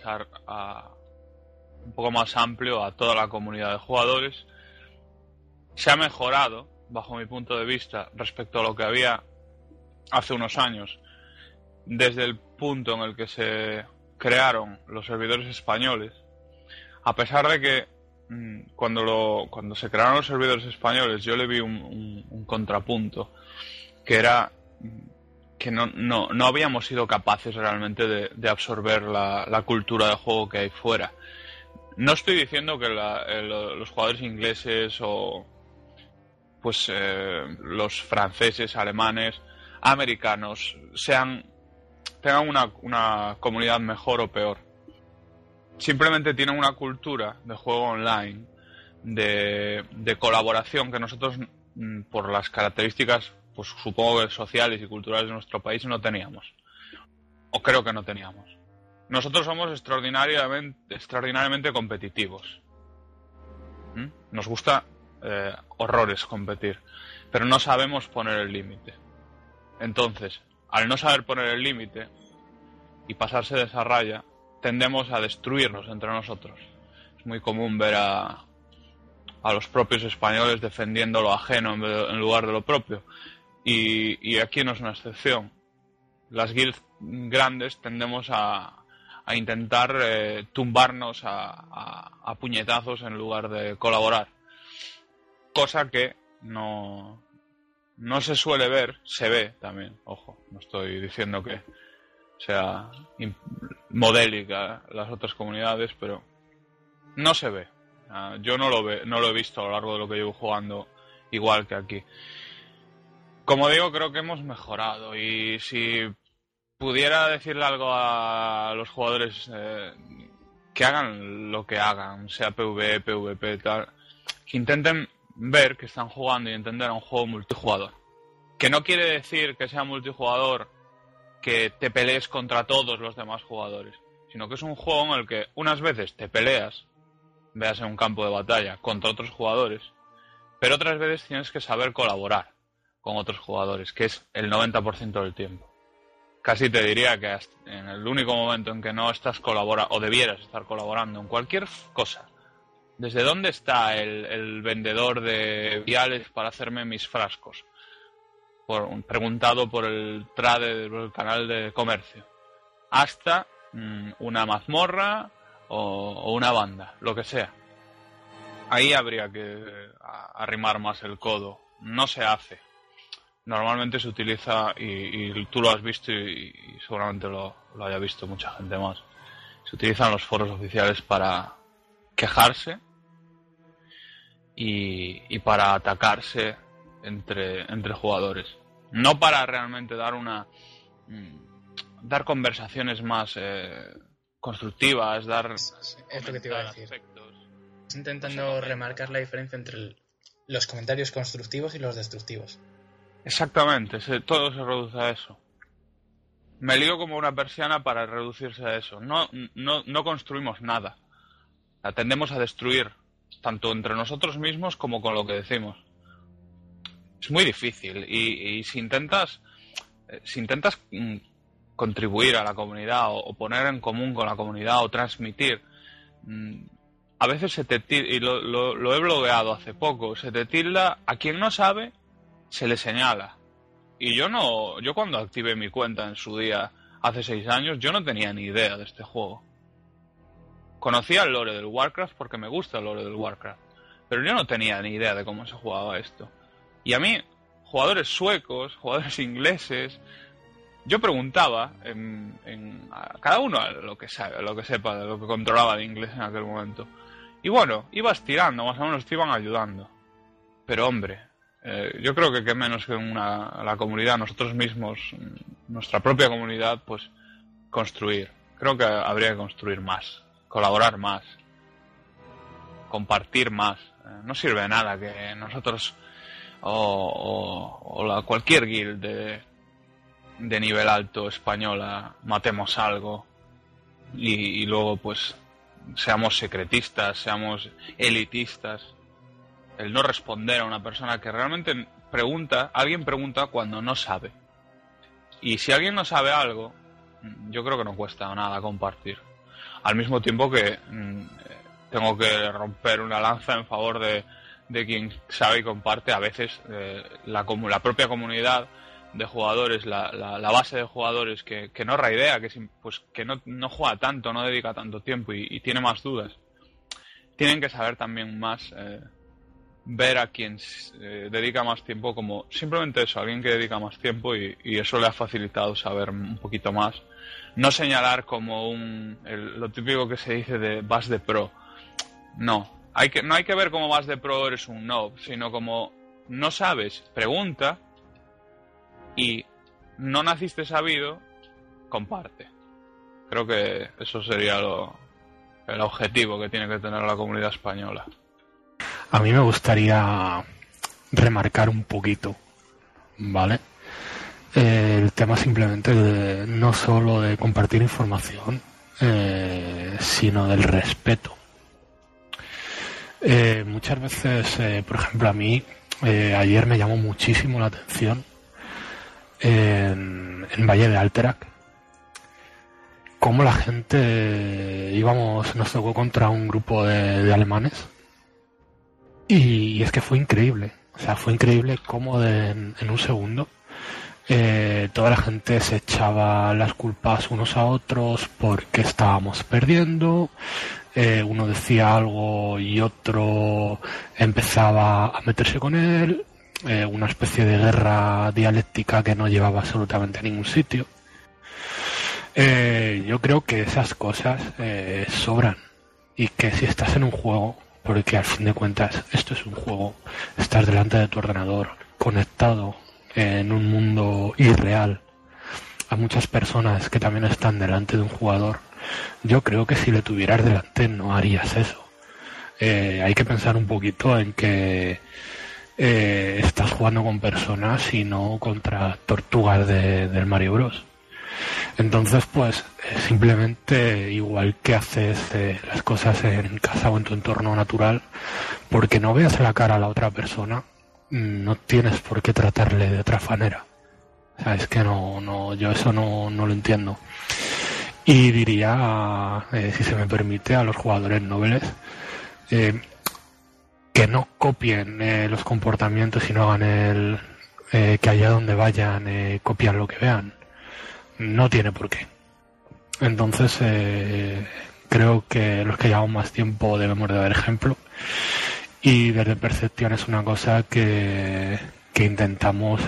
un poco más amplio a toda la comunidad de jugadores. Se ha mejorado, bajo mi punto de vista, respecto a lo que había hace unos años, desde el punto en el que se crearon los servidores españoles, a pesar de que cuando se crearon los servidores españoles yo le vi un contrapunto, que era que no habíamos sido capaces realmente de absorber la cultura de juego que hay fuera. No estoy diciendo que los jugadores ingleses o pues los franceses, alemanes, americanos tengan una comunidad mejor o peor. Simplemente tienen una cultura de juego online, de colaboración que nosotros, por las características, pues supongo que sociales y culturales de nuestro país, no teníamos. O creo que no teníamos. Nosotros somos extraordinariamente competitivos. Nos gusta horrores competir, pero no sabemos poner el límite. Entonces, al no saber poner el límite y pasarse de esa raya, tendemos a destruirnos entre nosotros. Es muy común ver a los propios españoles defendiendo lo ajeno en lugar de lo propio. Y aquí no es una excepción. Las guilds grandes tendemos a intentar tumbarnos a puñetazos en lugar de colaborar. Cosa que no se suele ver, se ve también, ojo, no estoy diciendo que sea modélica las otras comunidades, pero no se ve. Yo no lo he visto a lo largo de lo que llevo jugando igual que aquí. Como digo, creo que hemos mejorado, y si pudiera decirle algo a los jugadores, que hagan lo que hagan, sea PvE, PvP, tal, que intenten ver que están jugando y entender a un juego multijugador. Que no quiere decir que sea multijugador que te pelees contra todos los demás jugadores, sino que es un juego en el que unas veces te peleas, veas en un campo de batalla, contra otros jugadores, pero otras veces tienes que saber colaborar con otros jugadores, que es el 90% del tiempo. Casi te diría que en el único momento en que no estás colaborando, o debieras estar colaborando en cualquier cosa, ¿desde dónde está el vendedor de viales para hacerme mis frascos? preguntado por el trade del canal de comercio, hasta una mazmorra o una banda, lo que sea. Ahí habría que arrimar más el codo. No se hace. Normalmente se utiliza, y tú lo has visto y seguramente lo haya visto mucha gente más, se utilizan los foros oficiales para quejarse y para atacarse entre jugadores. No para realmente dar conversaciones más constructivas, es lo que te iba a decir. Aspectos. Estás intentando remarcar la diferencia entre los comentarios constructivos y los destructivos. Exactamente, todo se reduce a eso. Me lío como una persiana para reducirse a eso. No construimos nada. Tendemos a destruir, tanto entre nosotros mismos como con lo que decimos. Es muy difícil y si intentas contribuir a la comunidad o poner en común con la comunidad o transmitir, a veces se te tilda, y lo he bloqueado hace poco, se te tilda, a quien no sabe se le señala. Y yo cuando activé mi cuenta en su día, hace 6 años, yo no tenía ni idea de este juego. Conocía el lore del Warcraft porque me gusta el lore del Warcraft, pero yo no tenía ni idea de cómo se jugaba esto. Y a mí, jugadores suecos, jugadores ingleses, yo preguntaba a cada uno lo que sepa, de lo que controlaba de inglés en aquel momento. Y bueno, ibas tirando, más o menos te iban ayudando. Pero hombre, yo creo que menos que la comunidad, nosotros mismos, nuestra propia comunidad, pues construir. Creo que habría que construir más, colaborar más, compartir más. No sirve de nada que nosotros cualquier guild de nivel alto española matemos algo y luego pues seamos secretistas, seamos elitistas. El no responder a una persona que realmente alguien pregunta cuando no sabe. Y si alguien no sabe algo, yo creo que no cuesta nada compartir. Al mismo tiempo que tengo que romper una lanza en favor de quien sabe y comparte. A veces la propia comunidad de jugadores, la base de jugadores que no raidea, que no juega tanto, no dedica tanto tiempo y tiene más dudas, tienen que saber también más, ver a quien dedica más tiempo como simplemente eso, alguien que dedica más tiempo y eso le ha facilitado saber un poquito más. No señalar como lo típico que se dice de vas de pro. No hay que ver cómo vas de pro eres un noob, sino como no sabes, pregunta, y no naciste sabido, comparte. Creo que eso sería el objetivo que tiene que tener la comunidad española. A mí me gustaría remarcar un poquito, ¿vale? El tema simplemente no solo de compartir información, sino del respeto. Muchas veces, por ejemplo, a mí ayer me llamó muchísimo la atención en Valle de Alterac cómo la gente nos tocó contra un grupo de alemanes y es que fue increíble. O sea, fue increíble cómo en un segundo toda la gente se echaba las culpas unos a otros porque estábamos perdiendo. Uno decía algo y otro empezaba a meterse con él. Una especie de guerra dialéctica que no llevaba absolutamente a ningún sitio. Yo creo que esas cosas sobran y que si estás en un juego, porque al fin de cuentas esto es un juego, estás delante de tu ordenador, conectado en un mundo irreal a muchas personas que también están delante de un jugador, yo creo que si le tuvieras delante no harías eso. Hay que pensar un poquito en que estás jugando con personas y no contra tortugas del Mario Bros. Entonces, pues, simplemente igual que haces las cosas en casa o en tu entorno natural, porque no veas la cara a la otra persona, no tienes por qué tratarle de otra manera. O sea, es que yo eso no lo entiendo. Y diría, si se me permite, a los jugadores nobles, que no copien los comportamientos y no hagan que allá donde vayan copian lo que vean. No tiene por qué. Entonces creo que los que llevamos más tiempo debemos de dar ejemplo, y desde Perception es una cosa que intentamos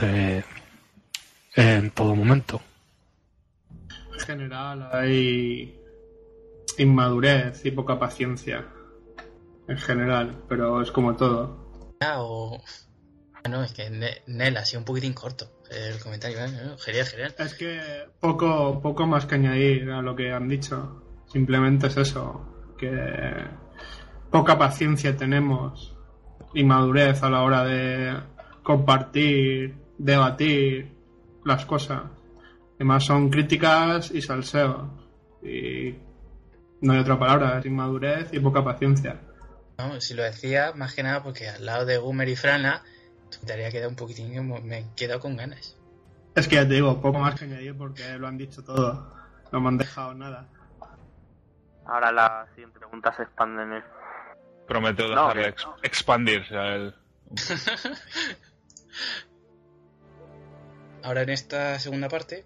en todo momento. En general hay inmadurez y poca paciencia en general, pero es como todo. No, es que Nel ha sido un poquitín corto el comentario, ¿no? Genial. Es que poco más que añadir a lo que han dicho. Simplemente es eso, que poca paciencia tenemos, inmadurez a la hora de compartir, debatir las cosas. Además son críticas y salseo. Y no hay otra palabra, es inmadurez y poca paciencia. No, si lo decía más que nada porque al lado de Gumer y Frana te habría quedado un poquitín, me he quedado con ganas. Es que ya te digo, poco más que añadir porque lo han dicho todo. No me han dejado nada. Ahora la siguiente pregunta se expande en él. Prometo dejarle expandirse a él. Ahora en esta segunda parte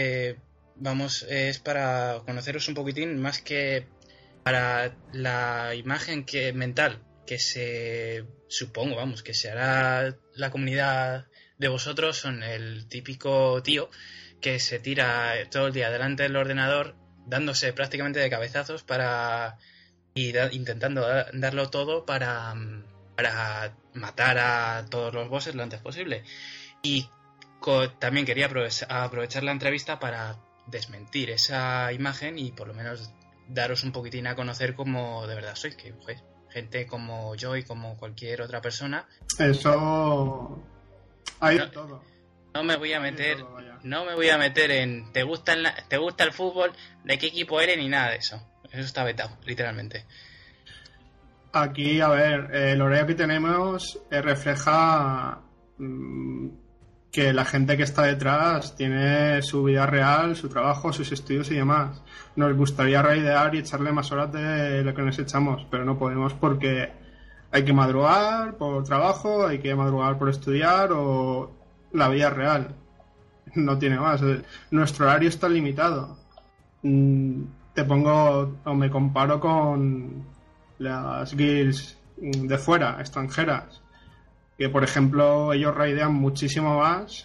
es para conoceros un poquitín más que para la imagen mental que supongo que se hará la comunidad de vosotros. Son el típico tío que se tira todo el día delante del ordenador dándose prácticamente de cabezazos intentando darlo todo para matar a todos los bosses lo antes posible. Y también quería aprovechar la entrevista para desmentir esa imagen y por lo menos daros un poquitín a conocer cómo de verdad sois, que gente como yo y como cualquier otra persona. Eso hay de todo. No me voy a meter en ¿te gusta el fútbol? ¿De qué equipo eres? Ni nada de eso. Eso está vetado, literalmente. Aquí, a ver, el horario que tenemos refleja que la gente que está detrás tiene su vida real, su trabajo, sus estudios y demás. Nos gustaría raidear y echarle más horas de lo que nos echamos, pero no podemos porque hay que madrugar por trabajo, hay que madrugar por estudiar o la vida real. No tiene más. Nuestro horario está limitado. Te pongo o me comparo con las guilds de fuera, extranjeras, que por ejemplo ellos raidean muchísimo más.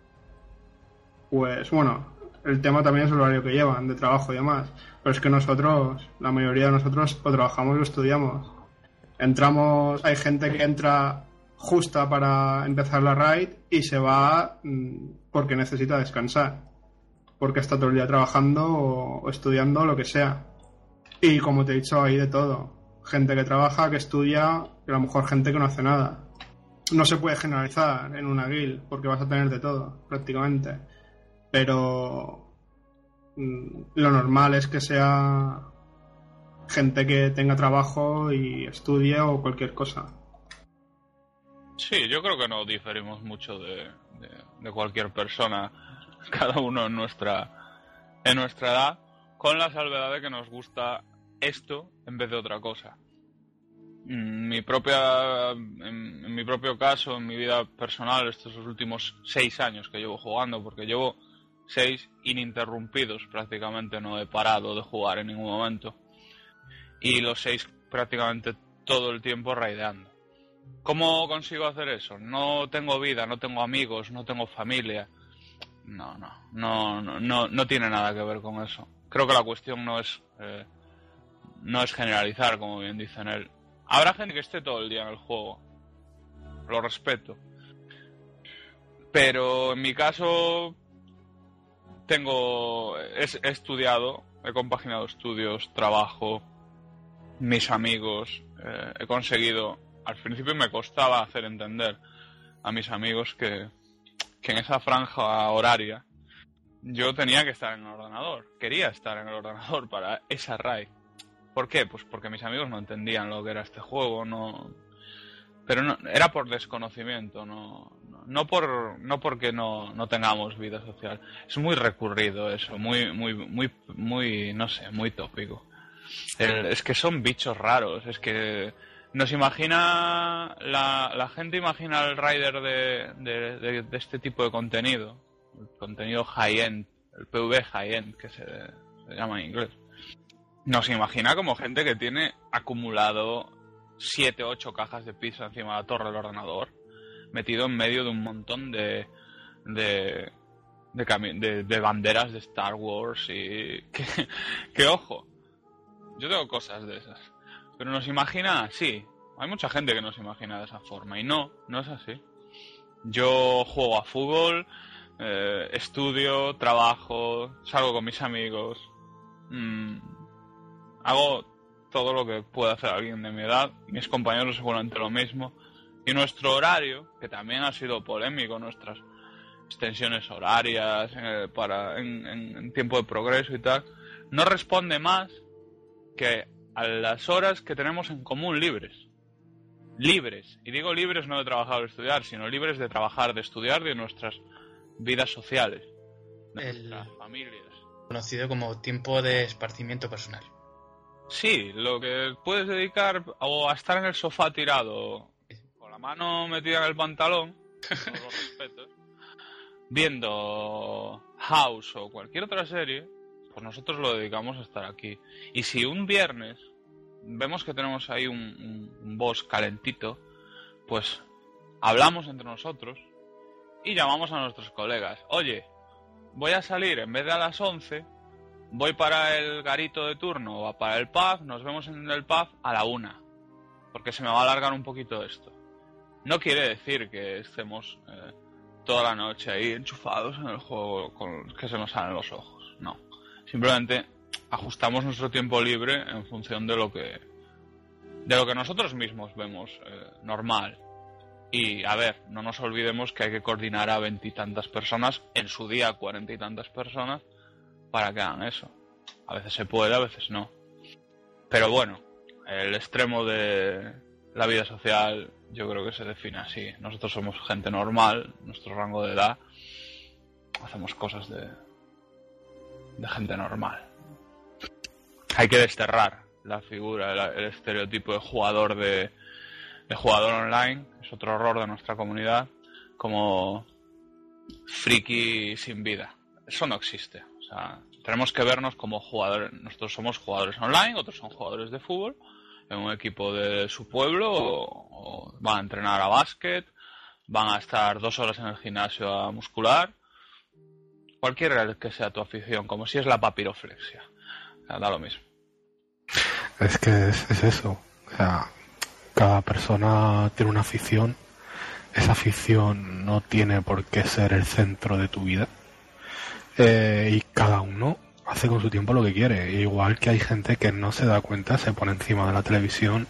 Pues bueno, el tema también es el horario que llevan de trabajo y demás, pero es que nosotros, la mayoría de nosotros o trabajamos o estudiamos. Hay gente que entra justa para empezar la raid y se va porque necesita descansar, porque está todo el día trabajando o estudiando, lo que sea. Y como te he dicho, hay de todo. Gente que trabaja, que estudia, y a lo mejor gente que no hace nada. No se puede generalizar en una guild, porque vas a tener de todo, prácticamente. Pero lo normal es que sea gente que tenga trabajo y estudie o cualquier cosa. Sí, yo creo que no diferimos mucho de cualquier persona, cada uno en nuestra edad, con la salvedad de que nos gusta esto en vez de otra cosa. En mi propio caso, en mi vida personal, estos últimos 6 años que llevo jugando, porque llevo 6 ininterrumpidos prácticamente, no he parado de jugar en ningún momento, y los 6 prácticamente todo el tiempo raideando. ¿Cómo consigo hacer eso? No tengo vida, no tengo amigos, no tengo familia. No tiene nada que ver con eso. Creo que la cuestión no es generalizar, como bien dicen él. Habrá gente que esté todo el día en el juego, lo respeto, pero en mi caso he estudiado, he compaginado estudios, trabajo, mis amigos, he conseguido. Al principio me costaba hacer entender a mis amigos que en esa franja horaria yo tenía que estar en el ordenador, quería estar en el ordenador para esa raid. ¿Por qué? Pues porque mis amigos no entendían lo que era este juego, pero no era por desconocimiento, no porque no tengamos vida social. Es muy recurrido eso, muy no sé, muy tópico. Es que son bichos raros, es que Nos imagina, la gente imagina el rider de este tipo de contenido, el contenido high-end, el PV high-end, que se llama en inglés. Nos imagina como gente que tiene acumulado 7 o 8 cajas de pizza encima de la torre del ordenador, metido en medio de un montón de banderas de Star Wars y... que ojo, yo tengo cosas de esas. Pero nos imagina, sí, hay mucha gente que nos imagina de esa forma y no es así. Yo juego a fútbol, estudio, trabajo, salgo con mis amigos, hago todo lo que puede hacer alguien de mi edad, mis compañeros seguramente lo mismo, y nuestro horario, que también ha sido polémico, nuestras extensiones horarias en tiempo de progreso y tal, no responde más que a las horas que tenemos en común libres. Y digo libres no de trabajar o de estudiar, sino libres de trabajar, de estudiar, de nuestras vidas sociales, de nuestras familias. Conocido como tiempo de esparcimiento personal. Sí, lo que puedes dedicar o a estar en el sofá tirado, con la mano metida en el pantalón, con los respetos, viendo House o cualquier otra serie, pues nosotros lo dedicamos a estar aquí. Y si un viernes vemos que tenemos ahí un boss calentito, pues hablamos entre nosotros y llamamos a nuestros colegas. Oye, voy a salir, en vez de a las 11, voy para el garito de turno o para el pub, nos vemos en el pub a la 1, porque se me va a alargar un poquito esto. No quiere decir que estemos toda la noche ahí enchufados en el juego con que se nos salen los ojos, no. Simplemente ajustamos nuestro tiempo libre en función de lo que nosotros mismos vemos normal. Y a ver, no nos olvidemos que hay que coordinar a 20 y tantas personas, en su día 40 y tantas personas, para que hagan eso. A veces se puede, a veces no. Pero bueno, el extremo de la vida social yo creo que se define así. Nosotros somos gente normal, nuestro rango de edad, hacemos cosas de gente normal. Hay que desterrar la figura, el estereotipo de jugador de jugador online, es otro horror de nuestra comunidad, como friki sin vida. Eso no existe. O sea, tenemos que vernos como jugadores. Nosotros somos jugadores online, otros son jugadores de fútbol, en un equipo de su pueblo, o van a entrenar a básquet, van a estar 2 horas en el gimnasio a muscular. Cualquiera que sea tu afición, como si es la papiroflexia. O sea, da lo mismo. Es que es eso. O sea, cada persona tiene una afición. Esa afición no tiene por qué ser el centro de tu vida. Y cada uno hace con su tiempo lo que quiere. Igual que hay gente que no se da cuenta, se pone encima de la televisión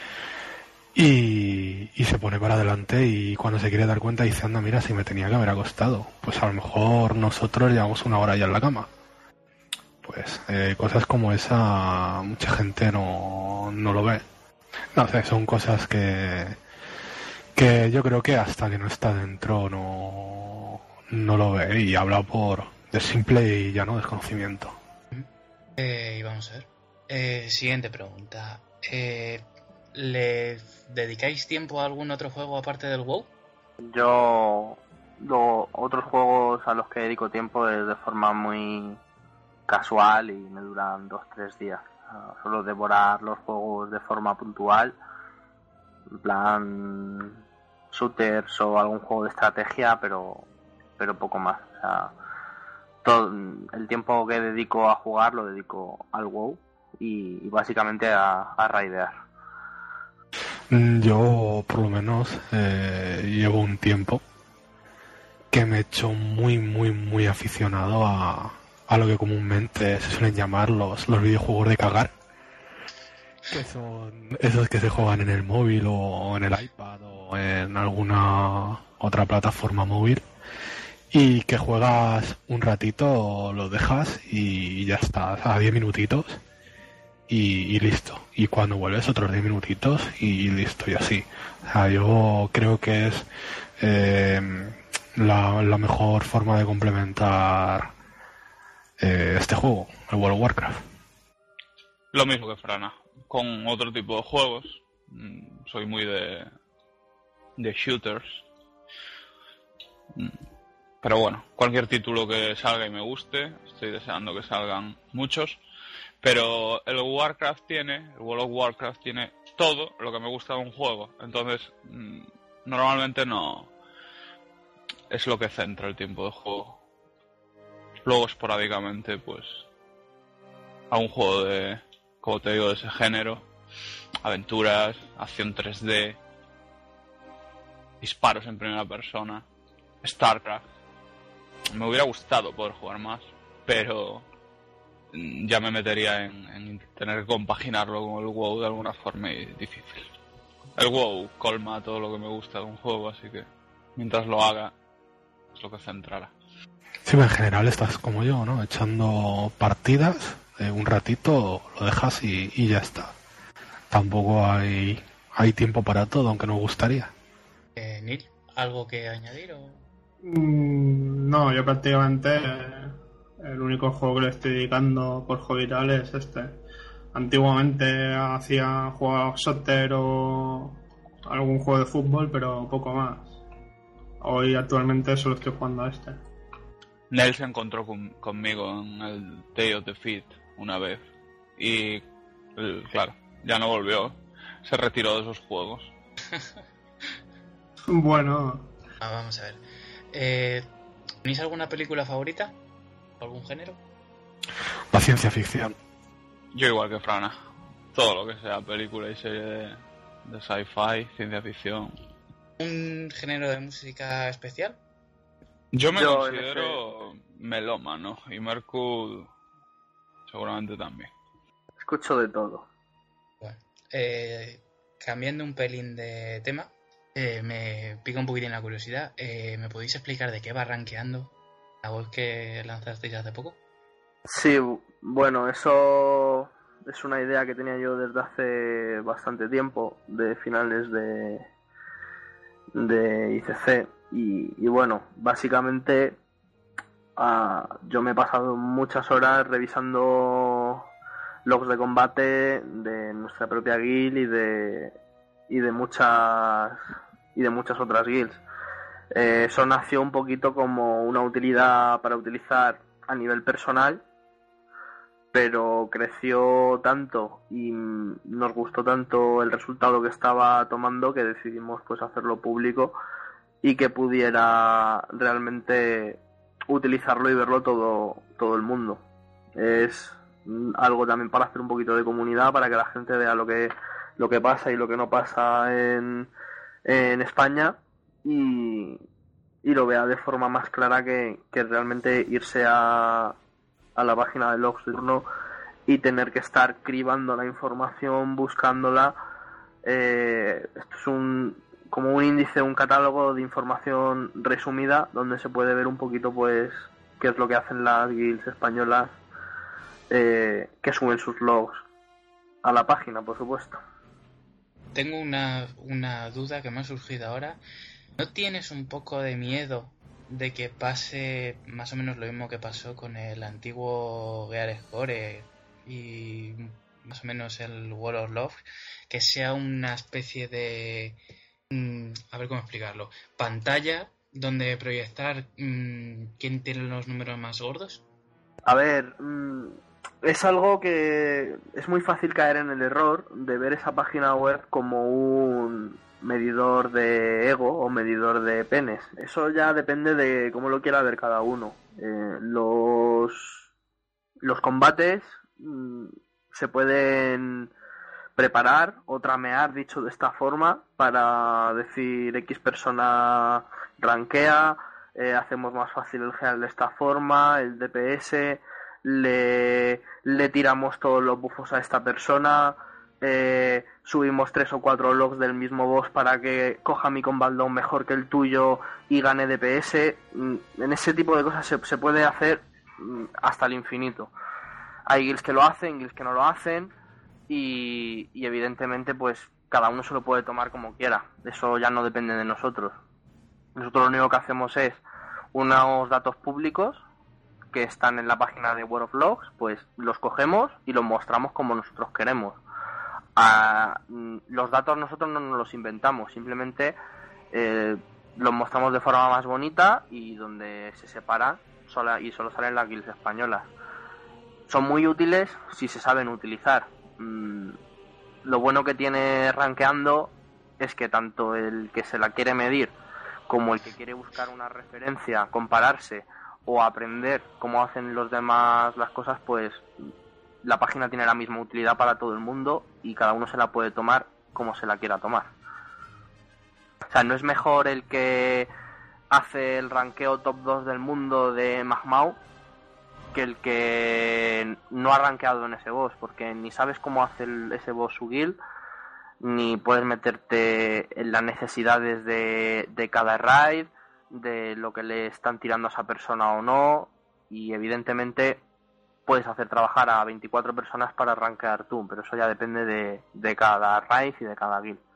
y se pone para adelante, y cuando se quiere dar cuenta dice, anda, mira, si me tenía que haber acostado. Pues a lo mejor nosotros llevamos 1 hora ya en la cama. Pues cosas como esa mucha gente no lo ve. No sé, son cosas que yo creo que hasta que no está dentro no lo ve, y habla de simple y llano desconocimiento. Y vamos a ver. Siguiente pregunta. ¿Le dedicáis tiempo a algún otro juego aparte del WoW? Yo otros juegos a los que dedico tiempo es de forma muy casual y me duran 2-3 días. Suelo devorar los juegos de forma puntual, en plan shooters o algún juego de estrategia, pero poco más. O sea, todo el tiempo que dedico a jugar lo dedico al WoW y básicamente a raidear. Yo por lo menos llevo un tiempo que me he hecho muy muy muy aficionado a lo que comúnmente se suelen llamar los videojuegos de cagar, que son esos que se juegan en el móvil o en el iPad o en alguna otra plataforma móvil, y que juegas un ratito, lo dejas y ya está, a 10 minutitos y listo, y cuando vuelves otros 10 minutitos y listo, y así. O sea, yo creo que es la mejor forma de complementar este juego, el World of Warcraft. Lo mismo que Frana, con otro tipo de juegos. Soy muy de shooters. Pero bueno, cualquier título que salga y me guste, estoy deseando que salgan muchos. Pero el World of Warcraft tiene todo lo que me gusta de un juego. Entonces, normalmente no es lo que centra el tiempo de juego. Luego, esporádicamente, pues, a un juego de, como te digo, de ese género, aventuras, acción 3D, disparos en primera persona, StarCraft. Me hubiera gustado poder jugar más, pero ya me metería en tener que compaginarlo con el WoW de alguna forma y difícil. El WoW colma todo lo que me gusta de un juego, así que mientras lo haga es lo que centrará. Sí, en general estás como yo, ¿no? Echando partidas, un ratito lo dejas y ya está. Tampoco hay tiempo para todo, aunque nos gustaría. Neil, ¿algo que añadir o...? No, yo prácticamente el único juego que le estoy dedicando por hobby tal es este. Antiguamente jugaba soccer o algún juego de fútbol, pero poco más. Hoy actualmente solo estoy jugando a este. Nel se encontró conmigo en el Day of Defeat una vez y, claro, ya no volvió. Se retiró de esos juegos. Bueno. Vamos a ver. ¿Tenéis alguna película favorita? ¿Algún género? La ciencia ficción. Yo igual que Frana. Todo lo que sea película y serie de sci-fi, ciencia ficción. ¿Un género de música especial? Yo considero melómano y Mercury seguramente también. Escucho de todo. Bueno, cambiando un pelín de tema, me pica un poquitín la curiosidad. ¿Me podéis explicar de qué va rankeando la web que lanzasteis hace poco? Sí, bueno, eso es una idea que tenía yo desde hace bastante tiempo, de finales de ICC. Y bueno, básicamente yo me he pasado muchas horas revisando logs de combate de nuestra propia guild y de muchas otras guilds. Eso nació un poquito como una utilidad para utilizar a nivel personal, pero creció tanto y nos gustó tanto el resultado que estaba tomando que decidimos pues hacerlo público y que pudiera realmente utilizarlo y verlo todo el mundo. Es algo también para hacer un poquito de comunidad, para que la gente vea lo que pasa y lo que no pasa en España y lo vea de forma más clara que realmente irse a la página de logs de turno y tener que estar cribando la información, buscándola. Esto es como un índice, un catálogo de información resumida donde se puede ver un poquito pues qué es lo que hacen las guilds españolas que suben sus logs a la página, por supuesto. Tengo una duda que me ha surgido ahora. ¿No tienes un poco de miedo de que pase más o menos lo mismo que pasó con el antiguo Gearscore y más o menos el World of Love, que sea una especie de a ver cómo explicarlo, pantalla donde proyectar quién tiene los números más gordos? A ver, es algo que es muy fácil caer en el error de ver esa página web como un medidor de ego o medidor de penes. Eso ya depende de cómo lo quiera ver cada uno. Los combates se pueden preparar o tramear, dicho de esta forma, para decir X persona rankea, hacemos más fácil el general de esta forma, el DPS, le tiramos todos los buffos a esta persona, subimos 3 o 4 logs del mismo boss para que coja mi combaldón mejor que el tuyo y gane DPS. En ese tipo de cosas se puede hacer hasta el infinito. Hay guilds que lo hacen, guilds que no lo hacen y evidentemente pues cada uno se lo puede tomar como quiera. Eso ya no depende de nosotros. Nosotros lo único que hacemos es unos datos públicos que están en la página de World of Logs, pues los cogemos y los mostramos como nosotros queremos. Los datos nosotros no nos los inventamos, simplemente los mostramos de forma más bonita y donde se separan y solo salen las guilds españolas. Son muy útiles si se saben utilizar. Lo bueno que tiene Rankeando es que tanto el que se la quiere medir como el que quiere buscar una referencia, compararse o aprender cómo hacen los demás las cosas, pues la página tiene la misma utilidad para todo el mundo y cada uno se la puede tomar como se la quiera tomar. O sea, no es mejor el que hace el ranqueo top 2 del mundo de Magmau que el que no ha rankeado en ese boss, porque ni sabes cómo hace ese boss su guild, ni puedes meterte en las necesidades de cada raid, de lo que le están tirando a esa persona o no, y evidentemente puedes hacer trabajar a 24 personas para rankear tú, pero eso ya depende de cada raid y de cada guild.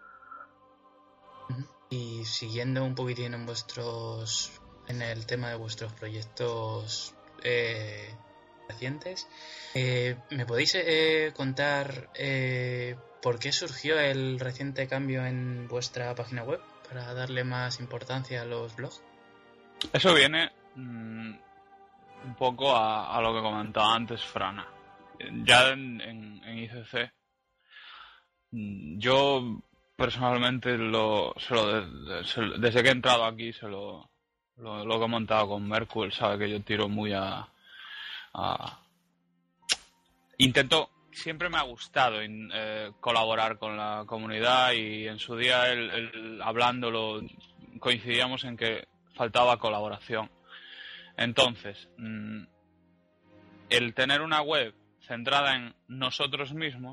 Y siguiendo un poquitín en el tema de vuestros proyectos recientes, ¿me podéis contar por qué surgió el reciente cambio en vuestra página web para darle más importancia a los blogs? Eso viene un poco a lo que comentaba antes Frana. Ya en ICC, yo personalmente desde que he entrado aquí lo que he montado con Merkul, sabe que yo tiro muy intento, siempre me ha gustado colaborar con la comunidad, y en su día hablándolo coincidíamos en que faltaba colaboración. Entonces, el tener una web centrada en nosotros mismos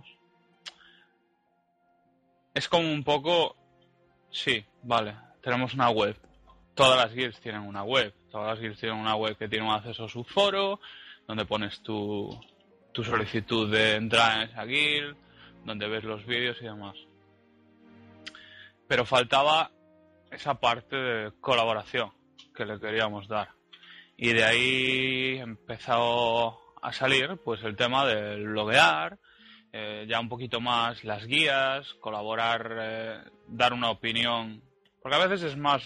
es como un poco, sí, vale, tenemos una web. Todas las guilds tienen una web. Todas las guilds tienen una web que tiene un acceso a su foro, donde pones tu solicitud de entrar en esa guild, donde ves los vídeos y demás. Pero faltaba esa parte de colaboración que le queríamos dar. Y de ahí empezó a salir pues el tema del bloguear, ya un poquito más las guías, colaborar, dar una opinión, porque a veces es más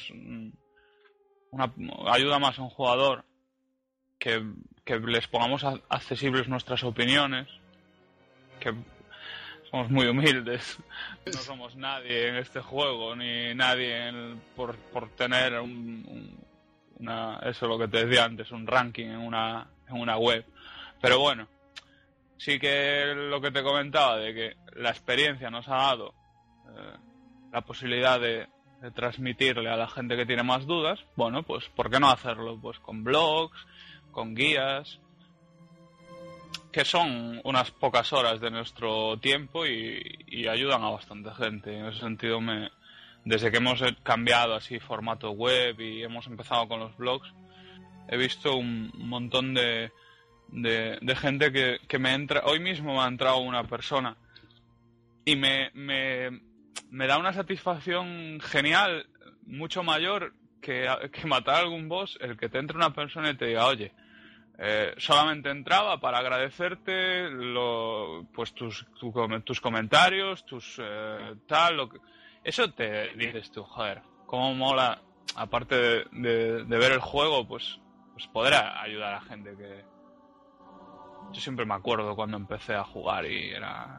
ayuda más a un jugador que les pongamos accesibles nuestras opiniones, que somos muy humildes, no somos nadie en este juego, ni nadie por tener eso, lo que te decía antes, un ranking en una web. Pero bueno, sí que lo que te comentaba, de que la experiencia nos ha dado la posibilidad de transmitirle a la gente que tiene más dudas. Bueno, pues ¿por qué no hacerlo? Pues con blogs, con guías, que son unas pocas horas de nuestro tiempo y ayudan a bastante gente. En ese sentido, desde que hemos cambiado así formato web y hemos empezado con los blogs, he visto un montón de gente que me entra. Hoy mismo me ha entrado una persona y me da una satisfacción genial, mucho mayor que matar a algún boss, el que te entre una persona y te diga, oye, solamente entraba para agradecerte pues tus comentarios, eso te dices tú, joder, cómo mola, aparte de ver el juego, pues poder ayudar a gente que... Yo siempre me acuerdo cuando empecé a jugar y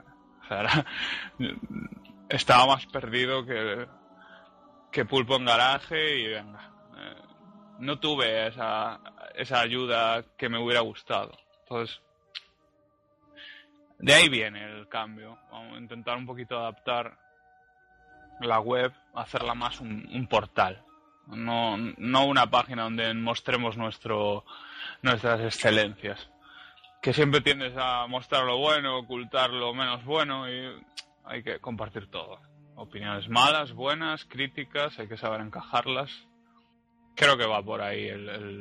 estaba más perdido que pulpo en garaje y venga. No tuve esa ayuda que me hubiera gustado. Entonces, de ahí viene el cambio. Vamos a intentar un poquito adaptar la web, hacerla más un portal. No una página donde mostremos nuestras excelencias. Que siempre tiendes a mostrar lo bueno, ocultar lo menos bueno, y hay que compartir todo. Opiniones malas, buenas, críticas, hay que saber encajarlas. Creo que va por ahí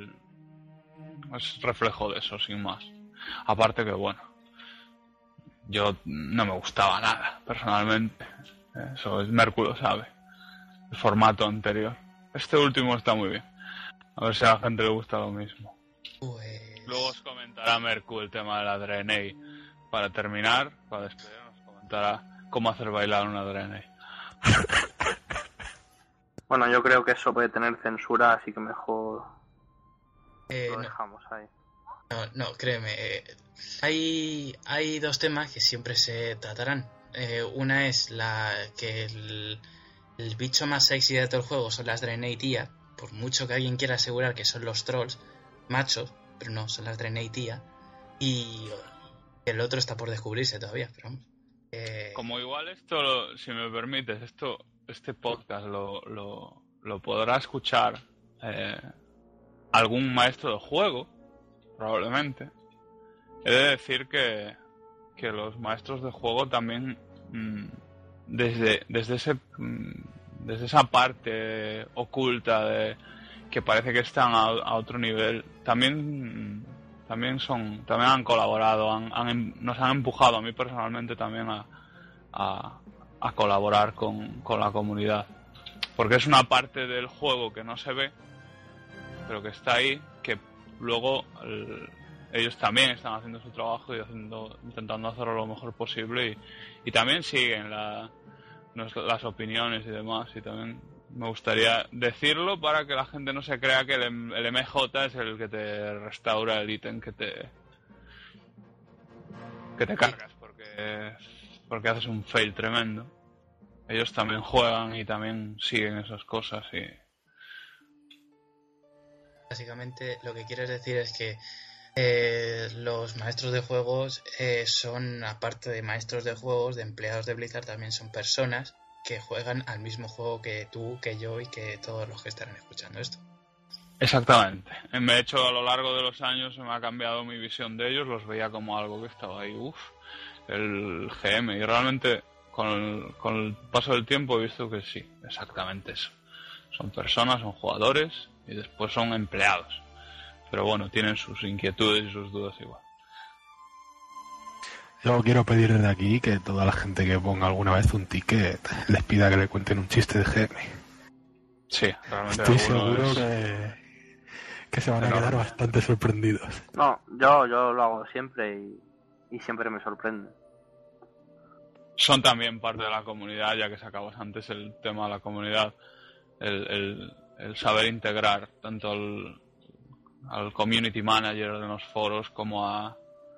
es reflejo de eso, sin más. Aparte que, bueno, yo no me gustaba nada, personalmente. Eso Merkul lo sabe. El formato anterior. Este último está muy bien. A ver si a la gente le gusta lo mismo. Luego os comentará Merkul el tema de la Draenei. Para terminar, para despedir, nos comentará cómo hacer bailar una Draenei. Bueno, yo creo que eso puede tener censura, así que mejor lo No. dejamos ahí. No, créeme. Hay dos temas que siempre se tratarán. Una es que el bicho más sexy de todo el juego son las Draenei tía. Por mucho que alguien quiera asegurar que son los trolls machos, pero no, son las Draenei tía. Y el otro está por descubrirse todavía, pero vamos. Como igual esto, si me permites, este podcast lo podrá escuchar algún maestro de juego, probablemente. He de decir que los maestros de juego también, desde esa parte oculta de que parece que están a otro nivel, también han colaborado, nos han empujado a mí personalmente también a colaborar con la comunidad, porque es una parte del juego que no se ve pero que está ahí, que luego ellos también están haciendo su trabajo y intentando hacerlo lo mejor posible y también siguen las opiniones y demás, y también me gustaría decirlo para que la gente no se crea que el MJ es el que te restaura el ítem que te cargas porque haces un fail tremendo. Ellos también juegan y también siguen esas cosas y básicamente lo que quieres decir es que los maestros de juegos son, aparte de maestros de juegos, de empleados de Blizzard, también son personas que juegan al mismo juego que tú, que yo y que todos los que estarán escuchando esto. Exactamente. De hecho, a lo largo de los años se me ha cambiado mi visión de ellos, los veía como algo que estaba ahí, el GM, y realmente con el paso del tiempo he visto que sí, exactamente eso. Son personas, son jugadores y después son empleados. Pero bueno, tienen sus inquietudes y sus dudas igual. Yo quiero pedir desde aquí que toda la gente que ponga alguna vez un ticket les pida que le cuenten un chiste de GM. Sí, realmente estoy seguro que se van a quedar bastante sorprendidos. No, yo lo hago siempre y siempre me sorprende. Son también parte de la comunidad, ya que sacabas antes el tema de la comunidad, el saber integrar tanto al community manager de los foros como a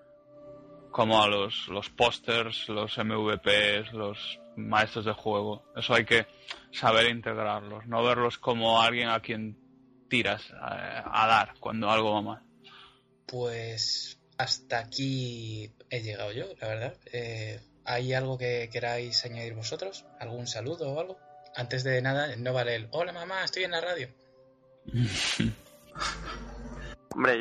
los pósters, los MVPs, los maestros de juego. Eso hay que saber integrarlos, no verlos como alguien a quien tiras a dar cuando algo va mal. Pues hasta aquí he llegado yo, la verdad. ¿Hay algo que queráis añadir vosotros? ¿Algún saludo o algo? Antes de nada, no vale el hola mamá, estoy en la radio. Hombre,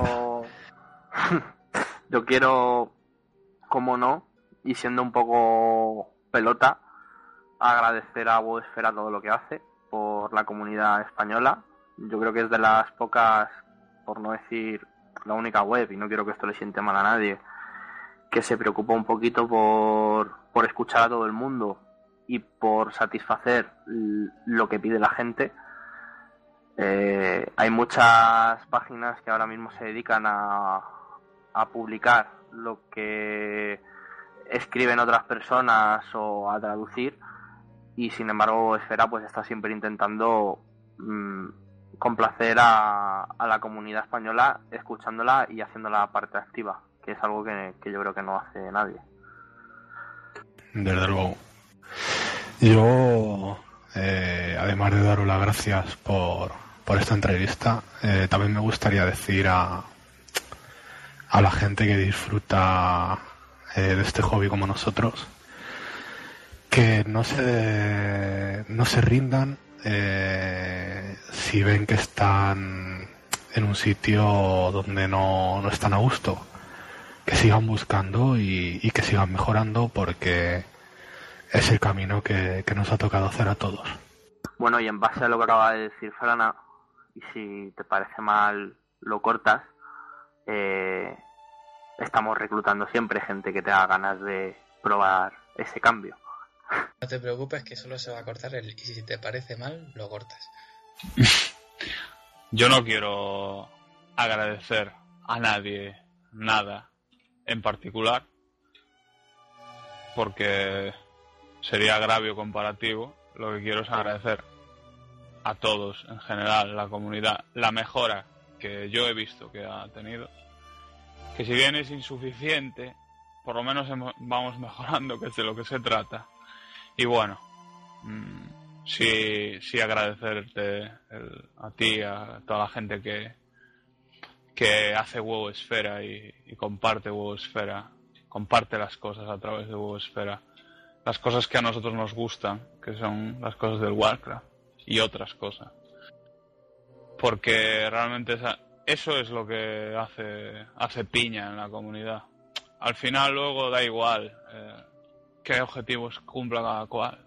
yo quiero, como no, y siendo un poco pelota, agradecer a WoWsfera todo lo que hace por la comunidad española. Yo creo que es de las pocas, por no decir la única web, y no quiero que esto le siente mal a nadie, que se preocupa un poquito por escuchar a todo el mundo y por satisfacer lo que pide la gente. Hay muchas páginas que ahora mismo se dedican a publicar lo que escriben otras personas o a traducir, y sin embargo Esfera pues está siempre intentando complacer a la comunidad española, escuchándola y haciéndola parte activa, que es algo que yo creo que no hace nadie. Desde luego. Yo, además de daros las gracias por esta entrevista, también me gustaría decir a la gente que disfruta de este hobby como nosotros, que no se rindan si ven que están en un sitio donde no están a gusto, que sigan buscando y que sigan mejorando, porque es el camino que nos ha tocado hacer a todos. Bueno, y en base a lo que acaba de decir Frana, y si te parece mal lo cortas, estamos reclutando siempre gente que tenga ganas de probar ese cambio. No te preocupes, que solo se va a cortar y si te parece mal, lo cortas. Yo no quiero agradecer a nadie nada en particular, porque sería agravio comparativo. Lo que quiero es agradecer a todos en general, la comunidad, la mejora que yo he visto que ha tenido, que si bien es insuficiente, por lo menos vamos mejorando, que es de lo que se trata. Y bueno, sí agradecerte a ti, a toda la gente que hace WoW Esfera y comparte WoW Esfera, comparte las cosas a través de WoW Esfera, las cosas que a nosotros nos gustan, que son las cosas del Warcraft y otras cosas, porque realmente eso es lo que hace piña en la comunidad. Al final luego da igual qué objetivos cumpla cada cual,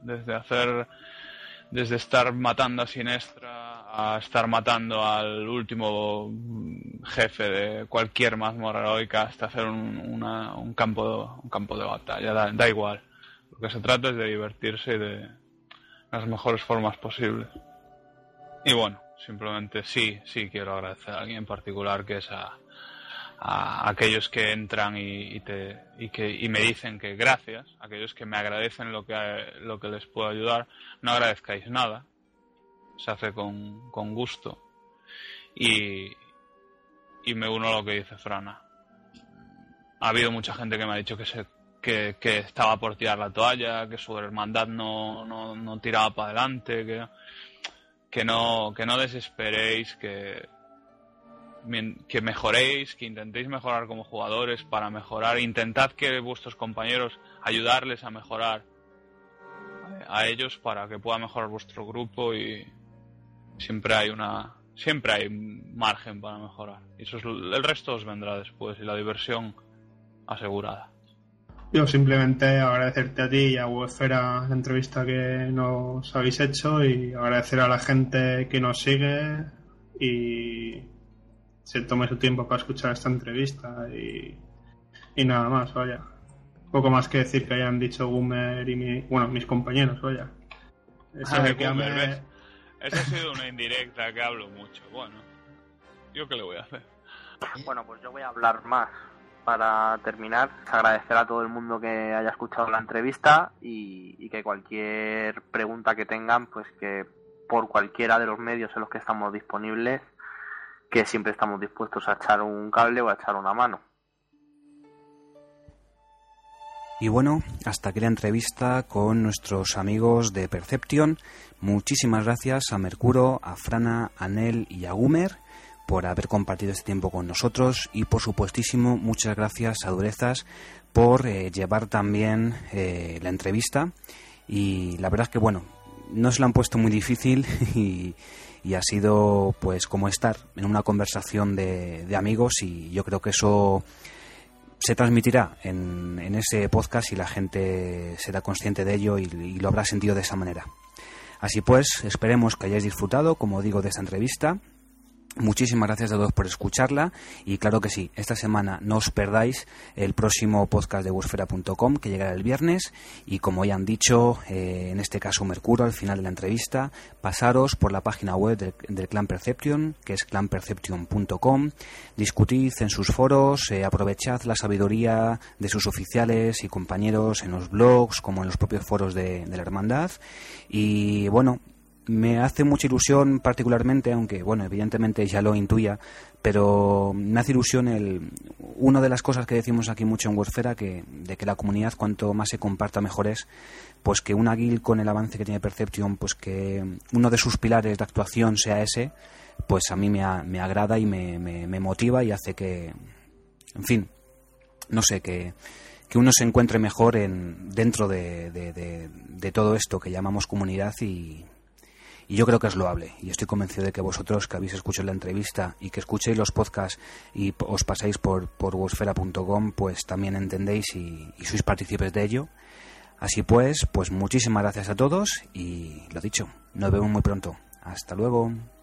desde estar matando a Sinestra a estar matando al último jefe de cualquier mazmorra heroica, hasta hacer un campo de batalla. Da igual. Lo que se trata es de divertirse y de las mejores formas posibles. Y bueno, simplemente sí quiero agradecer a alguien en particular, que es a aquellos que entran y me dicen que gracias, aquellos que me agradecen lo que les puedo ayudar. No agradezcáis nada, se hace con gusto, y me uno a lo que dice Frana. Ha habido mucha gente que me ha dicho que estaba por tirar la toalla, que su hermandad no tiraba para adelante, que no desesperéis, que mejoréis, que intentéis mejorar como jugadores para mejorar. Intentad que vuestros compañeros, ayudarles a mejorar a ellos para que pueda mejorar vuestro grupo, y siempre hay margen para mejorar. Y el resto os vendrá después, y la diversión asegurada. Yo simplemente agradecerte a ti y a WoWesfera la entrevista que nos habéis hecho, y agradecer a la gente que nos sigue y se tome su tiempo para escuchar esta entrevista, y nada más, vaya. Poco más que decir que hayan dicho Gumer y mis compañeros, vaya. Eso ha sido una indirecta, que hablo mucho. Bueno, ¿yo qué le voy a hacer? Bueno, pues yo voy a hablar más. Para terminar, agradecer a todo el mundo que haya escuchado la entrevista, y que cualquier pregunta que tengan, pues que por cualquiera de los medios en los que estamos disponibles, que siempre estamos dispuestos a echar un cable o a echar una mano. Y bueno, hasta aquí la entrevista con nuestros amigos de Perception. Muchísimas gracias a Mercuro, a Frana, a Nel y a Gumer por haber compartido este tiempo con nosotros, y por supuestísimo muchas gracias a Durezas por llevar también la entrevista. Y la verdad es que bueno, no se lo han puesto muy difícil, y ha sido pues como estar en una conversación de amigos, y yo creo que eso se transmitirá en ese podcast, y la gente será consciente de ello y lo habrá sentido de esa manera. Así pues, esperemos que hayáis disfrutado, como digo, de esta entrevista. Muchísimas gracias a todos por escucharla, y claro que sí, esta semana no os perdáis el próximo podcast de WoWesfera.com, que llegará el viernes, y como ya han dicho, en este caso Mercuro, al final de la entrevista, pasaros por la página web del Clan Perception, que es clanperception.com, discutid en sus foros, aprovechad la sabiduría de sus oficiales y compañeros en los blogs, como en los propios foros de la hermandad. Y bueno, me hace mucha ilusión particularmente, aunque bueno, evidentemente ya lo intuía, pero me hace ilusión una de las cosas que decimos aquí mucho en WoWesfera, de que la comunidad cuanto más se comparta mejor es, pues que una guild con el avance que tiene Perception, pues que uno de sus pilares de actuación sea ese, pues a mí me agrada y me motiva, y hace que, en fin, no sé, que uno se encuentre mejor dentro de todo esto que llamamos comunidad, y yo creo que es loable, y estoy convencido de que vosotros, que habéis escuchado la entrevista y que escuchéis los podcasts y os pasáis por WoWesfera.com, pues también entendéis y sois partícipes de ello. Así pues muchísimas gracias a todos, y lo dicho, nos vemos muy pronto. Hasta luego.